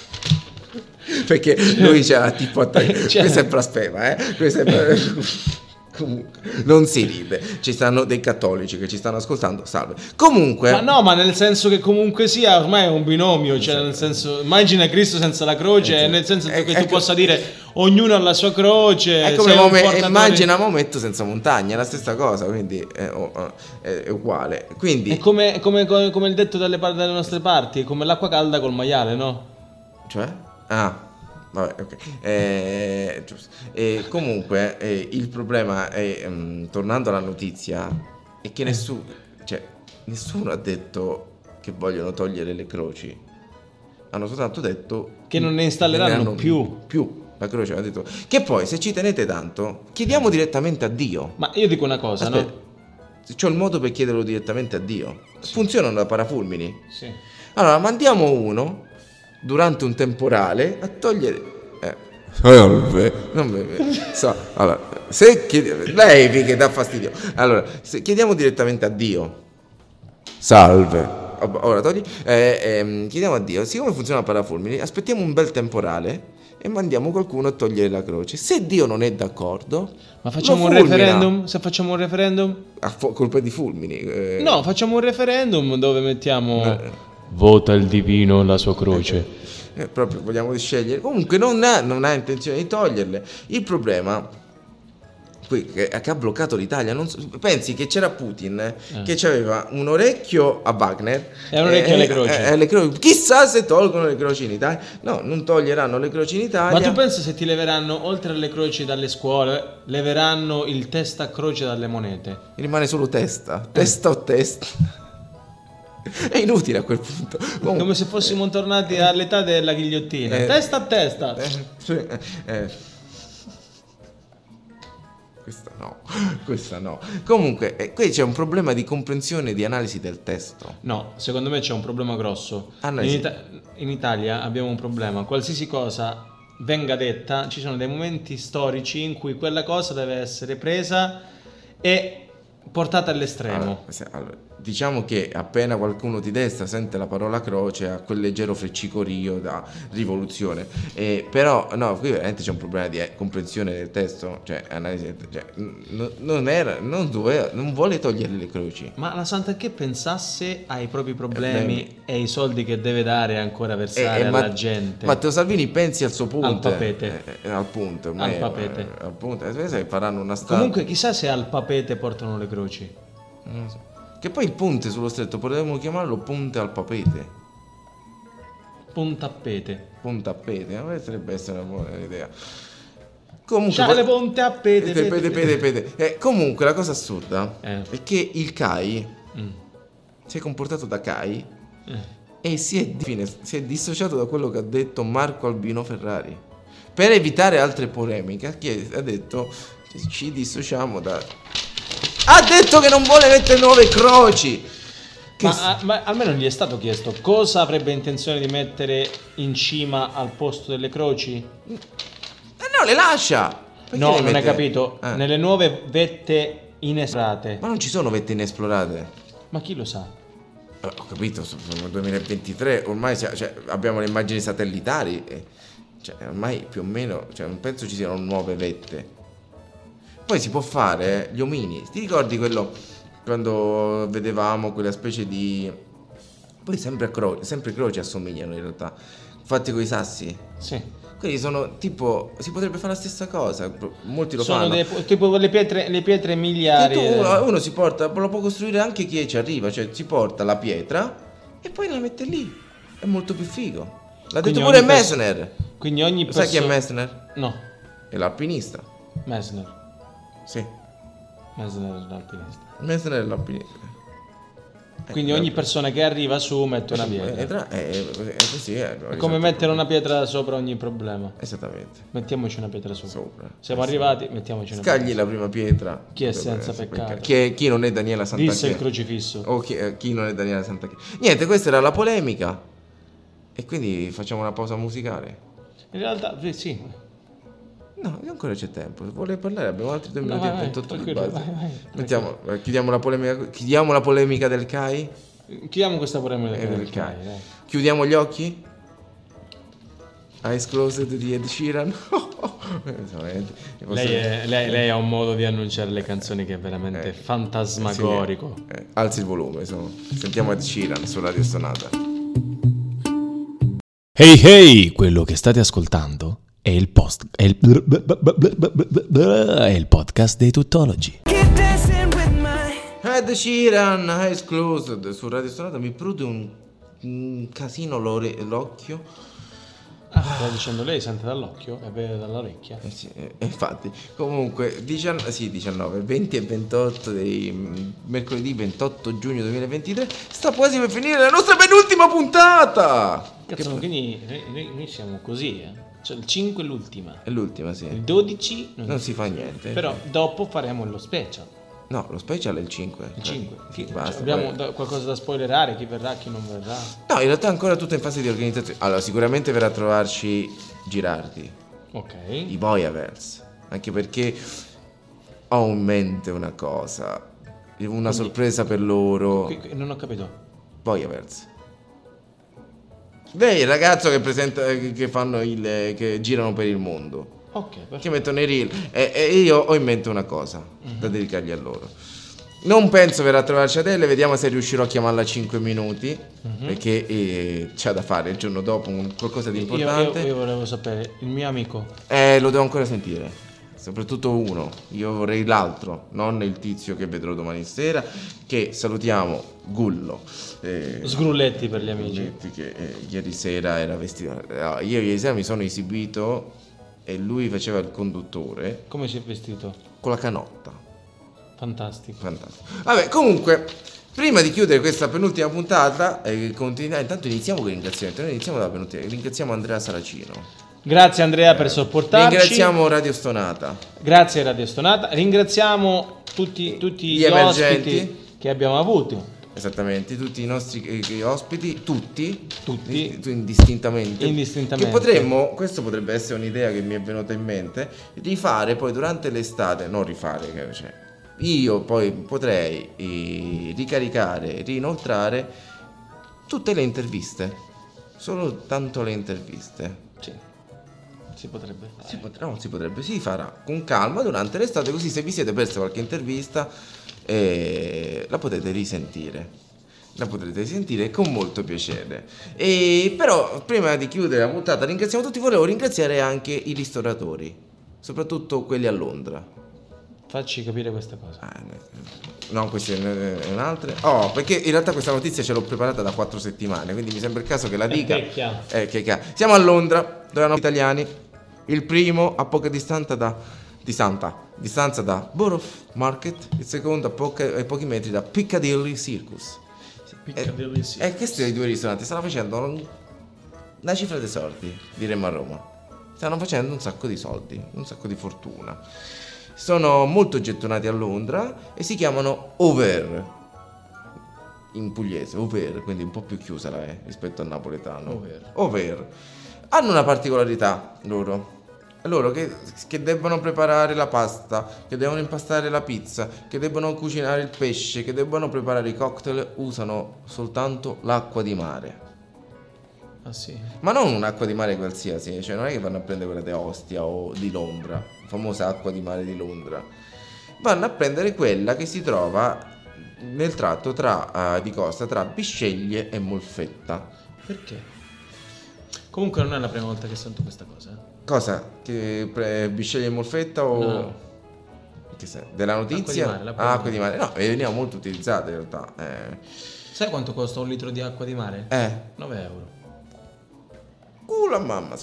Perché lui c'ha tipo attaccato. Cioè- Questo è blasfema, eh? Questo è comunque non si ride. Ci stanno dei cattolici che ci stanno ascoltando. Salve. Comunque, Ma no, ma nel senso che comunque sia, ormai è un binomio, cioè nel senso, immagina Cristo senza la croce, Eh, nel senso eh, che eh, tu possa dire ognuno ha la sua croce. è come sei un Maometto- portatore- immagina Maometto senza montagna, è la stessa cosa, quindi è, oh, oh, è- è uguale. Quindi È come, come- come- come il detto dalle, par- dalle nostre parti, è come l'acqua calda col maiale, no? cioè? Ah, vabbè, ok. Eh, giusto. E comunque eh, il problema è, ehm, tornando alla notizia, è che nessuno, cioè, nessuno ha detto che vogliono togliere le croci. Hanno soltanto detto Che non ne installeranno ne hanno più. più. La croce hanno detto. Che poi, se ci tenete tanto, chiediamo direttamente a Dio. Ma io dico una cosa, Aspetta, no? c'ho il modo per chiederlo direttamente a Dio. Funzionano da parafulmini. Sì. Allora, mandiamo uno durante un temporale a togliere. Eh. Salve. Non mi- so, allora, se chiedi- lei che dà fastidio. Allora, se chiediamo direttamente a Dio. Salve. Ora togli. Eh, ehm, chiediamo a Dio, siccome funziona a parafulmini, aspettiamo un bel temporale e mandiamo qualcuno a togliere la croce. Se Dio non è d'accordo, Ma facciamo lo un fulmina. referendum? Se facciamo un referendum? A fo- colpa di fulmini. eh. No, facciamo un referendum dove mettiamo Eh. vota il divino la sua croce. Eh, proprio vogliamo scegliere. Comunque non ha, non ha intenzione di toglierle. Il problema che, che ha bloccato l'Italia. Non so, pensi che c'era Putin eh. che aveva un orecchio a Wagner e un orecchio eh, alle croci. Eh, le croci. Chissà se tolgono le croci in Italia. No, non toglieranno le croci in Italia. Ma tu pensi se ti leveranno, oltre alle croci dalle scuole, leveranno il testa a croce dalle monete? Rimane solo testa, testa o testa. È inutile a quel punto. Comunque, come se fossimo tornati all'età della ghigliottina. Eh, testa a testa. Eh, sì, eh, eh. Questa no, questa no. Comunque, eh, qui c'è un problema di comprensione e di analisi del testo. No, secondo me c'è un problema grosso. Ah, in, sì. Ita- in Italia abbiamo un problema. Qualsiasi cosa venga detta, ci sono dei momenti storici in cui quella cosa deve essere presa e portata all'estremo. Allora, se- allora, diciamo che appena qualcuno di destra sente la parola croce ha quel leggero freccicorio da rivoluzione. Eh, però no, qui veramente c'è un problema di eh, comprensione del testo, cioè analisi, cioè, n- non era, non doveva, non vuole togliere le croci. Ma la Santa che pensasse ai propri problemi Problemi. e ai soldi che deve dare ancora versare Eh, eh, alla Ma- gente. Matteo Salvini pensi al suo punto, Al papete. eh, eh, al punto, ormai, Al papete. eh, al punto, eh, sai, faranno una sta- Comunque chissà se al papete portano le croci. non lo so. Che poi il ponte sullo stretto potremmo chiamarlo ponte al papete, Puntappete. ponte a pete, ma potrebbe essere una buona idea. Comunque, Sciale ponte a pete. pete, pete, pete, pete. Eh, comunque la cosa assurda Eh. è che il C A I Mm. si è comportato da C A I Eh. e si è, fine, si è dissociato da quello che ha detto Marco Albino Ferrari. Per evitare altre polemiche, chi ha detto ci dissociamo da... Ha detto che non vuole mettere nuove croci. Che Ma, s- a- ma almeno gli è stato chiesto cosa avrebbe intenzione di mettere in cima al posto delle croci? Eh no, le lascia. Perché No, le non hai mette- capito. Eh. Nelle nuove vette inesplorate. Ma non ci sono vette inesplorate. Ma chi lo sa? Eh, Ho capito, sono nel duemilaventitré, ormai sia- cioè, abbiamo le immagini satellitari, e, cioè, ormai più o meno, cioè, non penso ci siano nuove vette. Poi si può fare eh, gli omini. Ti ricordi quello quando vedevamo quella specie di... Poi sempre, a cro- sempre croci assomigliano in realtà, fatti con i sassi. Sì. Quindi sono tipo, si potrebbe fare la stessa cosa, molti lo Sono fanno. dei- tipo le pietre, le pietre Che miliari. tu, uno, uno si porta, lo può costruire anche chi ci arriva, cioè si porta la pietra e poi la mette lì. È molto più figo. L'ha Quindi detto pure ogni perso- Messner. Quindi ogni Lo sai chi è perso- Messner? No, È l'alpinista. Messner. Sì, Messner è l'alpinista. Messner è l'alpinista. Quindi ogni persona che arriva su mette una pietra. Eh, tra- eh, eh, così è. È come mettere una pietra sopra ogni problema. Esattamente. Mettiamoci una pietra sopra. Sopra. Siamo arrivati, mettiamoci una Scagli pietra. la prima pietra. Chi è Dovrebbe senza essere peccato? Chi, è- chi non è Daniela Sant'Anchè? Disse il crocifisso. O chi, eh, chi non è Daniela Sant'Anchè? Niente, questa era la polemica. E quindi facciamo una pausa musicale. In realtà, eh, sì. No, ancora c'è tempo. Se vuole parlare abbiamo altri due No, minuti vai, e vai, ventotto di tranquillo, base. vai, vai, Mettiamo, eh, chiudiamo la polemica, chiudiamo la polemica del C A I. Chiudiamo questa polemica Eh, del del C A I, C A I. dai. Chiudiamo gli occhi. Eyes closed di Ed Sheeran. Veramente, Lei, è- lei- lei ha un modo di annunciare le canzoni che è veramente Eh, fantasmagorico. Sì, eh, alzi il volume, insomma. Sentiamo Ed Sheeran su Radio Stonata. Hey hey, quello che state ascoltando è il post è il, è il podcast dei Tuttologi. Ed Sheeran, Eyes Closed su Radio Stonata. Mi prude un, un casino l'ore- l'occhio. Ah, stava dicendo lei, sente dall'occhio e vede dall'orecchia. Eh sì, eh, infatti, comunque diciannove, sì, diciannove, venti e ventotto di mm, mercoledì ventotto giugno duemilaventitré sta quasi per finire la nostra penultima puntata. Cazzo, quindi noi, noi- noi siamo così, eh. Cioè il cinque è l'ultima. È l'ultima, Il sì. dodici non, Non si fa niente. Però dopo faremo lo special. No, lo special è il cinque. Il cinque. Chi- Basta, cioè, abbiamo poi- da- qualcosa da spoilerare, chi verrà, chi non verrà. No, in realtà è ancora tutto in fase di organizzazione. Allora, sicuramente verrà a trovarci Girardi, Ok. i Voyavers, anche perché ho in mente una cosa, una sorpresa per loro. Qui- qui- non ho capito. Voyavers. Lei, il ragazzo che presenta, che che fanno il, che girano per il mondo, Ok, che perfetto. mettono i reel, e, e io ho in mente una cosa da dedicargli a loro. Non penso verrà a trovarci Adele, vediamo se riuscirò a chiamarla a cinque minuti, perché eh, c'ha da fare il giorno dopo un- qualcosa di Io, importante. io- io volevo sapere, il mio amico, Eh, lo devo ancora sentire. soprattutto uno, io vorrei l'altro, non il tizio che vedrò domani sera, che salutiamo, Gullo. Eh, Sgrulletti per gli amici. Sgrulletti che eh, ieri sera era vestito, eh, io ieri sera mi sono esibito e lui faceva il conduttore. Come si è vestito? Con la canotta. Fantastico. Fantastico. Vabbè, comunque, prima di chiudere questa penultima puntata, eh, continua- intanto iniziamo con il ringraziamento. Noi iniziamo dalla penultima. Ringraziamo Andrea Saracino. Grazie Andrea per sopportarci. Ringraziamo Radio Stonata. Grazie Radio Stonata. Ringraziamo tutti, tutti Gli gli, emergenti. ospiti che abbiamo avuto. Esattamente, tutti i nostri eh, ospiti, tutti, Tutti. di- indistintamente. Indistintamente. Che potremmo, questo potrebbe essere un'idea che mi è venuta in mente, rifare poi durante l'estate, non rifare, che- cioè, io poi potrei eh, ricaricare, rinoltrare tutte le interviste, solo tanto le interviste. Sì. Si potrebbe fare. Si potrà, non si potrebbe, si farà con calma durante l'estate, così se vi siete persi qualche intervista eh, la potete risentire. La potrete risentire con molto piacere. E però prima di chiudere la puntata ringraziamo tutti, volevo ringraziare anche i ristoratori, soprattutto quelli a Londra. Facci capire questa cosa. Ah, no, questa è un'altra. Oh, perché in realtà questa notizia ce l'ho preparata da quattro settimane, quindi mi sembra il caso che la È dica. vecchia. Eh, che ca- Siamo a Londra, dove hanno italiani. Il primo a poca distanza da di Santa, distanza da Borough Market, il secondo a, poca- a pochi metri da Piccadilly Circus. Piccadilly Circus. E questi due ristoranti stanno facendo un- una cifra dei soldi, diremmo a Roma. Stanno facendo un sacco di soldi, un sacco di fortuna. Sono molto gettonati a Londra e si chiamano Over. In pugliese, Over, quindi un po' più chiusa la E rispetto al napoletano. Over. Over. Hanno una particolarità loro. Loro che, che debbono preparare la pasta, che devono impastare la pizza, che debbono cucinare il pesce, che debbono preparare i cocktail, usano soltanto l'acqua di mare. Ah sì. Ma non un'acqua di mare qualsiasi, cioè non è che vanno a prendere quella di Ostia o di Londra, famosa acqua di mare di Londra. Vanno a prendere quella che si trova nel tratto tra, uh, di costa tra Bisceglie e Molfetta. Perché? Comunque non è la prima volta che sento questa cosa. eh. Cosa? Che pre- Bisceglie e Molfetta o... No. Che sai? Della notizia? Acqua di mare, l'acqua ah, di acqua di mare. No, veniva molto utilizzata in realtà. Eh. Sai quanto costa un litro di acqua di mare? eh. nove euro. Culo a mamma.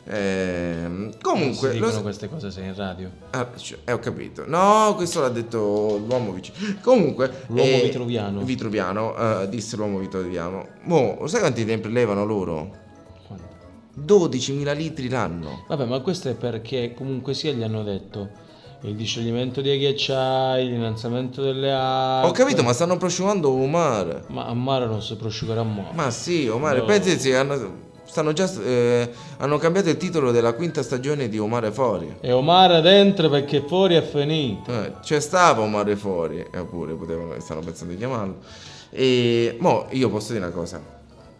Eh, comunque... Non si lo dicono sa- queste cose sei in radio. Ah, cioè, eh, ho capito. No, questo l'ha detto l'uomo vicino. Comunque, L'uomo eh, vitruviano. Vitruviano, eh, disse l'uomo vitruviano. Mo, lo sai quanti ne prelevano loro? Quanto? dodicimila litri l'anno. Vabbè, ma questo è perché comunque sia gli hanno detto il discioglimento dei ghiacciai, l'innalzamento delle acque. Ho capito, ma stanno prosciugando un mare. Ma a mare non si prosciugherà mai. Ma sì, Omare, No. pensi che hanno, stanno già, eh, hanno cambiato il titolo della quinta stagione di Omare Fuori. E Omare dentro perché fuori è finito. Eh, c'è stava Omare Fuori, eppure potevano, stanno pensando di chiamarlo. E mo io posso dire una cosa.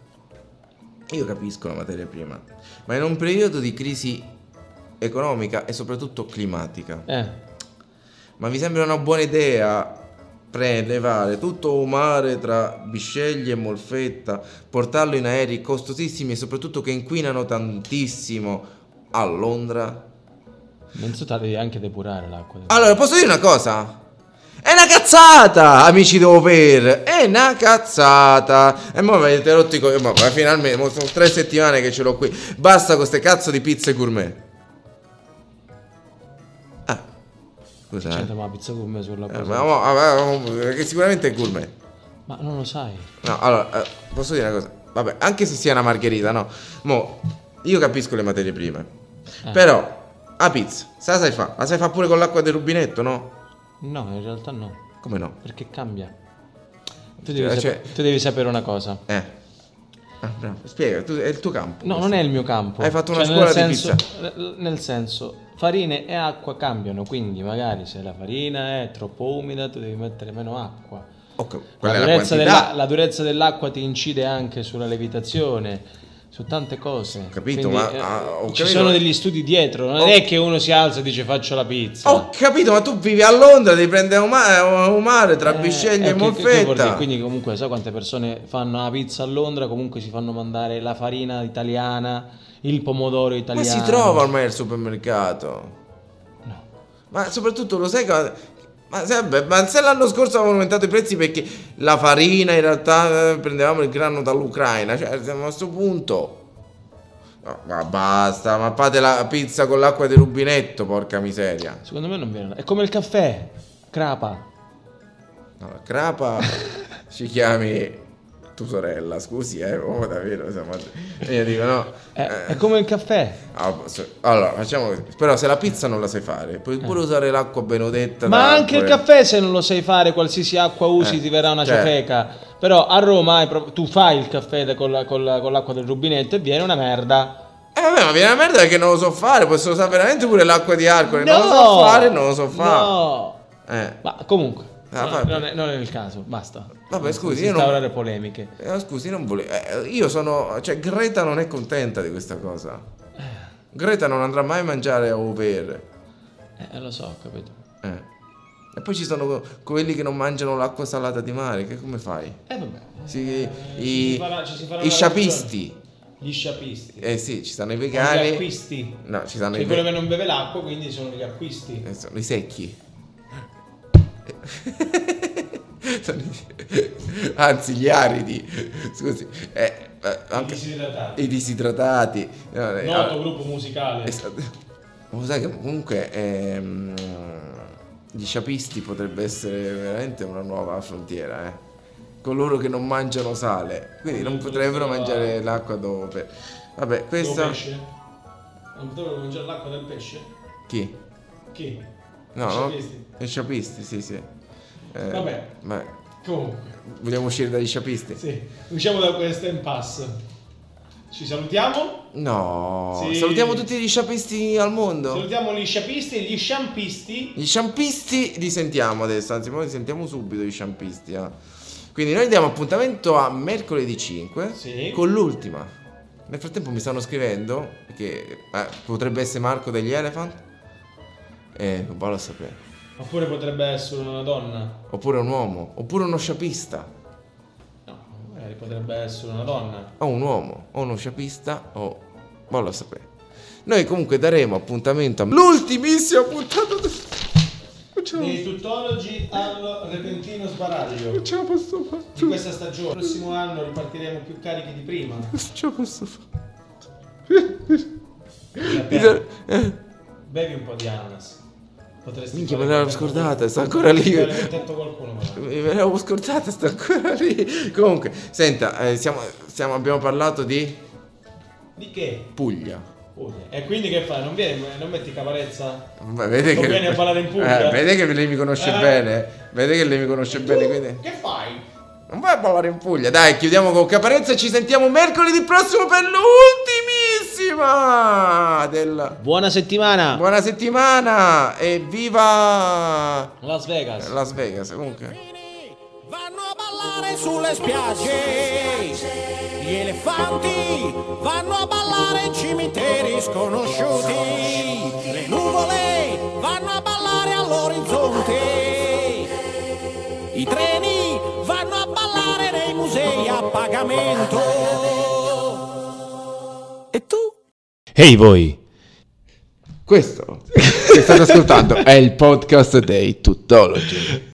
Io capisco la materia prima, ma in un periodo di crisi economica e soprattutto climatica, Eh, ma vi sembra una buona idea prelevare tutto un mare tra Bisceglie e Molfetta, portarlo in aerei costosissimi e soprattutto che inquinano tantissimo a Londra? innanzitutto devi anche depurare l'acqua. Allora, posso dire una cosa? È una cazzata, amici d'Over, è una cazzata. E mo mi avete rotto i co- ma ma finalmente, mo sono tre settimane che ce l'ho qui. Basta con ste cazzo di pizze gourmet. Ah, scusa, eh. C'entra ma la pizza con me sulla Eh, cosa. ma, mo- ah, ma- perché sicuramente è gourmet. Ma non lo sai. No, allora, eh, posso dire una cosa? Vabbè, anche se sia una margherita, no? Mo, io capisco le materie prime. Eh. Però, la pizza, se la sai fa? La sai fa pure con l'acqua del rubinetto, no? No, in realtà no. Come no? Perché cambia. Tu devi, Cioè- sapere, tu devi sapere una cosa. Eh. Ah, bravo. Spiega, tu- è il tuo campo. No, questo. non è il mio campo. Hai fatto una Cioè, scuola nel di senso, pizza. n- Nel senso, farine e acqua cambiano, quindi magari se la farina è troppo umida tu devi mettere meno acqua. Ok, La quella è la durezza, quantità. della, la durezza dell'acqua ti incide anche sulla lievitazione, su tante cose. Capito, Quindi, ma- eh, ah, ho ci capito, sono ma- degli studi dietro, non Ho- è che uno si alza e dice faccio la pizza. Ho capito, ma tu vivi a Londra, devi prendere un, ma- un mare tra Eh, Bisceglie e eh, che- che- che vuol Molfetta. dire? Quindi comunque sai quante persone fanno la pizza a Londra, comunque si fanno mandare la farina italiana, il pomodoro Ma italiano. si trova ormai al supermercato. No. Ma soprattutto lo sai che... Ma se, vabbè, ma se l'anno scorso avevano aumentato i prezzi perché la farina in realtà eh, prendevamo il grano dall'Ucraina, cioè siamo a questo punto. No, ma basta, ma fate la pizza con l'acqua del rubinetto, porca miseria. Secondo me non viene. È come il caffè, crapa. No, la crapa ci chiami tu sorella, scusi, eh, oh, davvero, siamo... io dico no. È, eh. è come il caffè. Allora, facciamo così. Però se la pizza non la sai fare, puoi pure eh. usare l'acqua benedetta. Ma anche pure... il caffè, se non lo sai fare, qualsiasi acqua usi, eh. ti verrà una cioè. ciofeca. Però a Roma hai prov- tu fai il caffè con, la, con, la, con l'acqua del rubinetto e viene una merda. Eh vabbè, ma viene una merda perché non lo so fare. Posso usare veramente pure l'acqua di Arcore. No, non lo so fare, non lo so fare. No. Eh. Ma comunque. Ah, no, non, è, non è il caso, basta. Vabbè, scusi, non io non... non... polemiche. Eh, scusi, non volevo. Eh, io sono. Cioè, Greta non è contenta di questa cosa. Greta non andrà mai a mangiare a au pair. Eh, lo so, ho capito. Eh. E poi ci sono quelli che non mangiano l'acqua salata di mare. Che come fai? Eh, vabbè. Sì, eh, i, ci farà, ci i sciapisti. Gli sciapisti. Eh sì, ci stanno i vegani. Gli acquisti. No, ci stanno cioè i quello ve- che non beve l'acqua, quindi sono gli acquisti. Eh, sono i secchi. Anzi gli aridi, scusi, eh, anche i disidratati, i disidratati. No, eh, noto gruppo musicale. Ma sai che comunque ehm, gli sciapisti potrebbe essere veramente una nuova frontiera, eh? Coloro che non mangiano sale, quindi non potrebbero mangiare l'acqua dopo per... Vabbè, questa pesce? Non potrebbero mangiare l'acqua del pesce? Chi? Chi? No, I sciapisti. I sciapisti, sì, sì. Eh, Vabbè. Ma comunque. Vogliamo uscire dagli sciapisti? Sì. Usciamo da questo impasse. Ci salutiamo? No. Sì. Salutiamo tutti gli sciapisti al mondo. Salutiamo gli sciapisti e gli sciampisti. Gli sciampisti li sentiamo adesso, anzi poi li sentiamo subito gli sciampisti. Eh. Quindi noi diamo appuntamento a mercoledì cinque sì. con l'ultima. Nel frattempo mi stanno scrivendo che eh, potrebbe essere Marco degli Elephant. Eh, non voglio sapere. Oppure potrebbe essere una donna. Oppure un uomo. Oppure uno sciapista. No, magari potrebbe essere una donna. O un uomo. O uno sciapista. O... voglio sapere. Noi comunque daremo appuntamento all'ultimissima puntata dei tuttologi al repentino sbaraglio. Non ce la posso fare. Di questa stagione. Il prossimo anno ripartiremo più carichi di prima. Non ce la posso fare. Bevi un po' di ananas. Potresti minchia, me l'avevo scordata, sta ancora lì. Qualcuno, me l'avevo scordata, sta ancora lì. Comunque, senta, eh, siamo, siamo, abbiamo parlato di... Di che? Puglia. Puglia. E quindi che fai? Non vieni, non metti Caparezza? Beh, vede non che... vieni a parlare in Puglia? Eh, vede che lei mi conosce eh? bene. Vede che lei mi conosce bene, quindi... Che fai? Non vai a parlare in Puglia. Dai, chiudiamo con Caparezza e ci sentiamo mercoledì prossimo per l'ultimissima del... Buona settimana. Buona settimana e viva Las Vegas. Las Vegas, comunque. Vanno a ballare sulle spiagge, gli elefanti vanno a ballare in cimiteri sconosciuti, le nuvole vanno a ballare all'orizzonte, i treni vanno a ballare nei musei a pagamento. E tu? Ehi hey voi! Questo che state ascoltando è il podcast dei Tuttologi.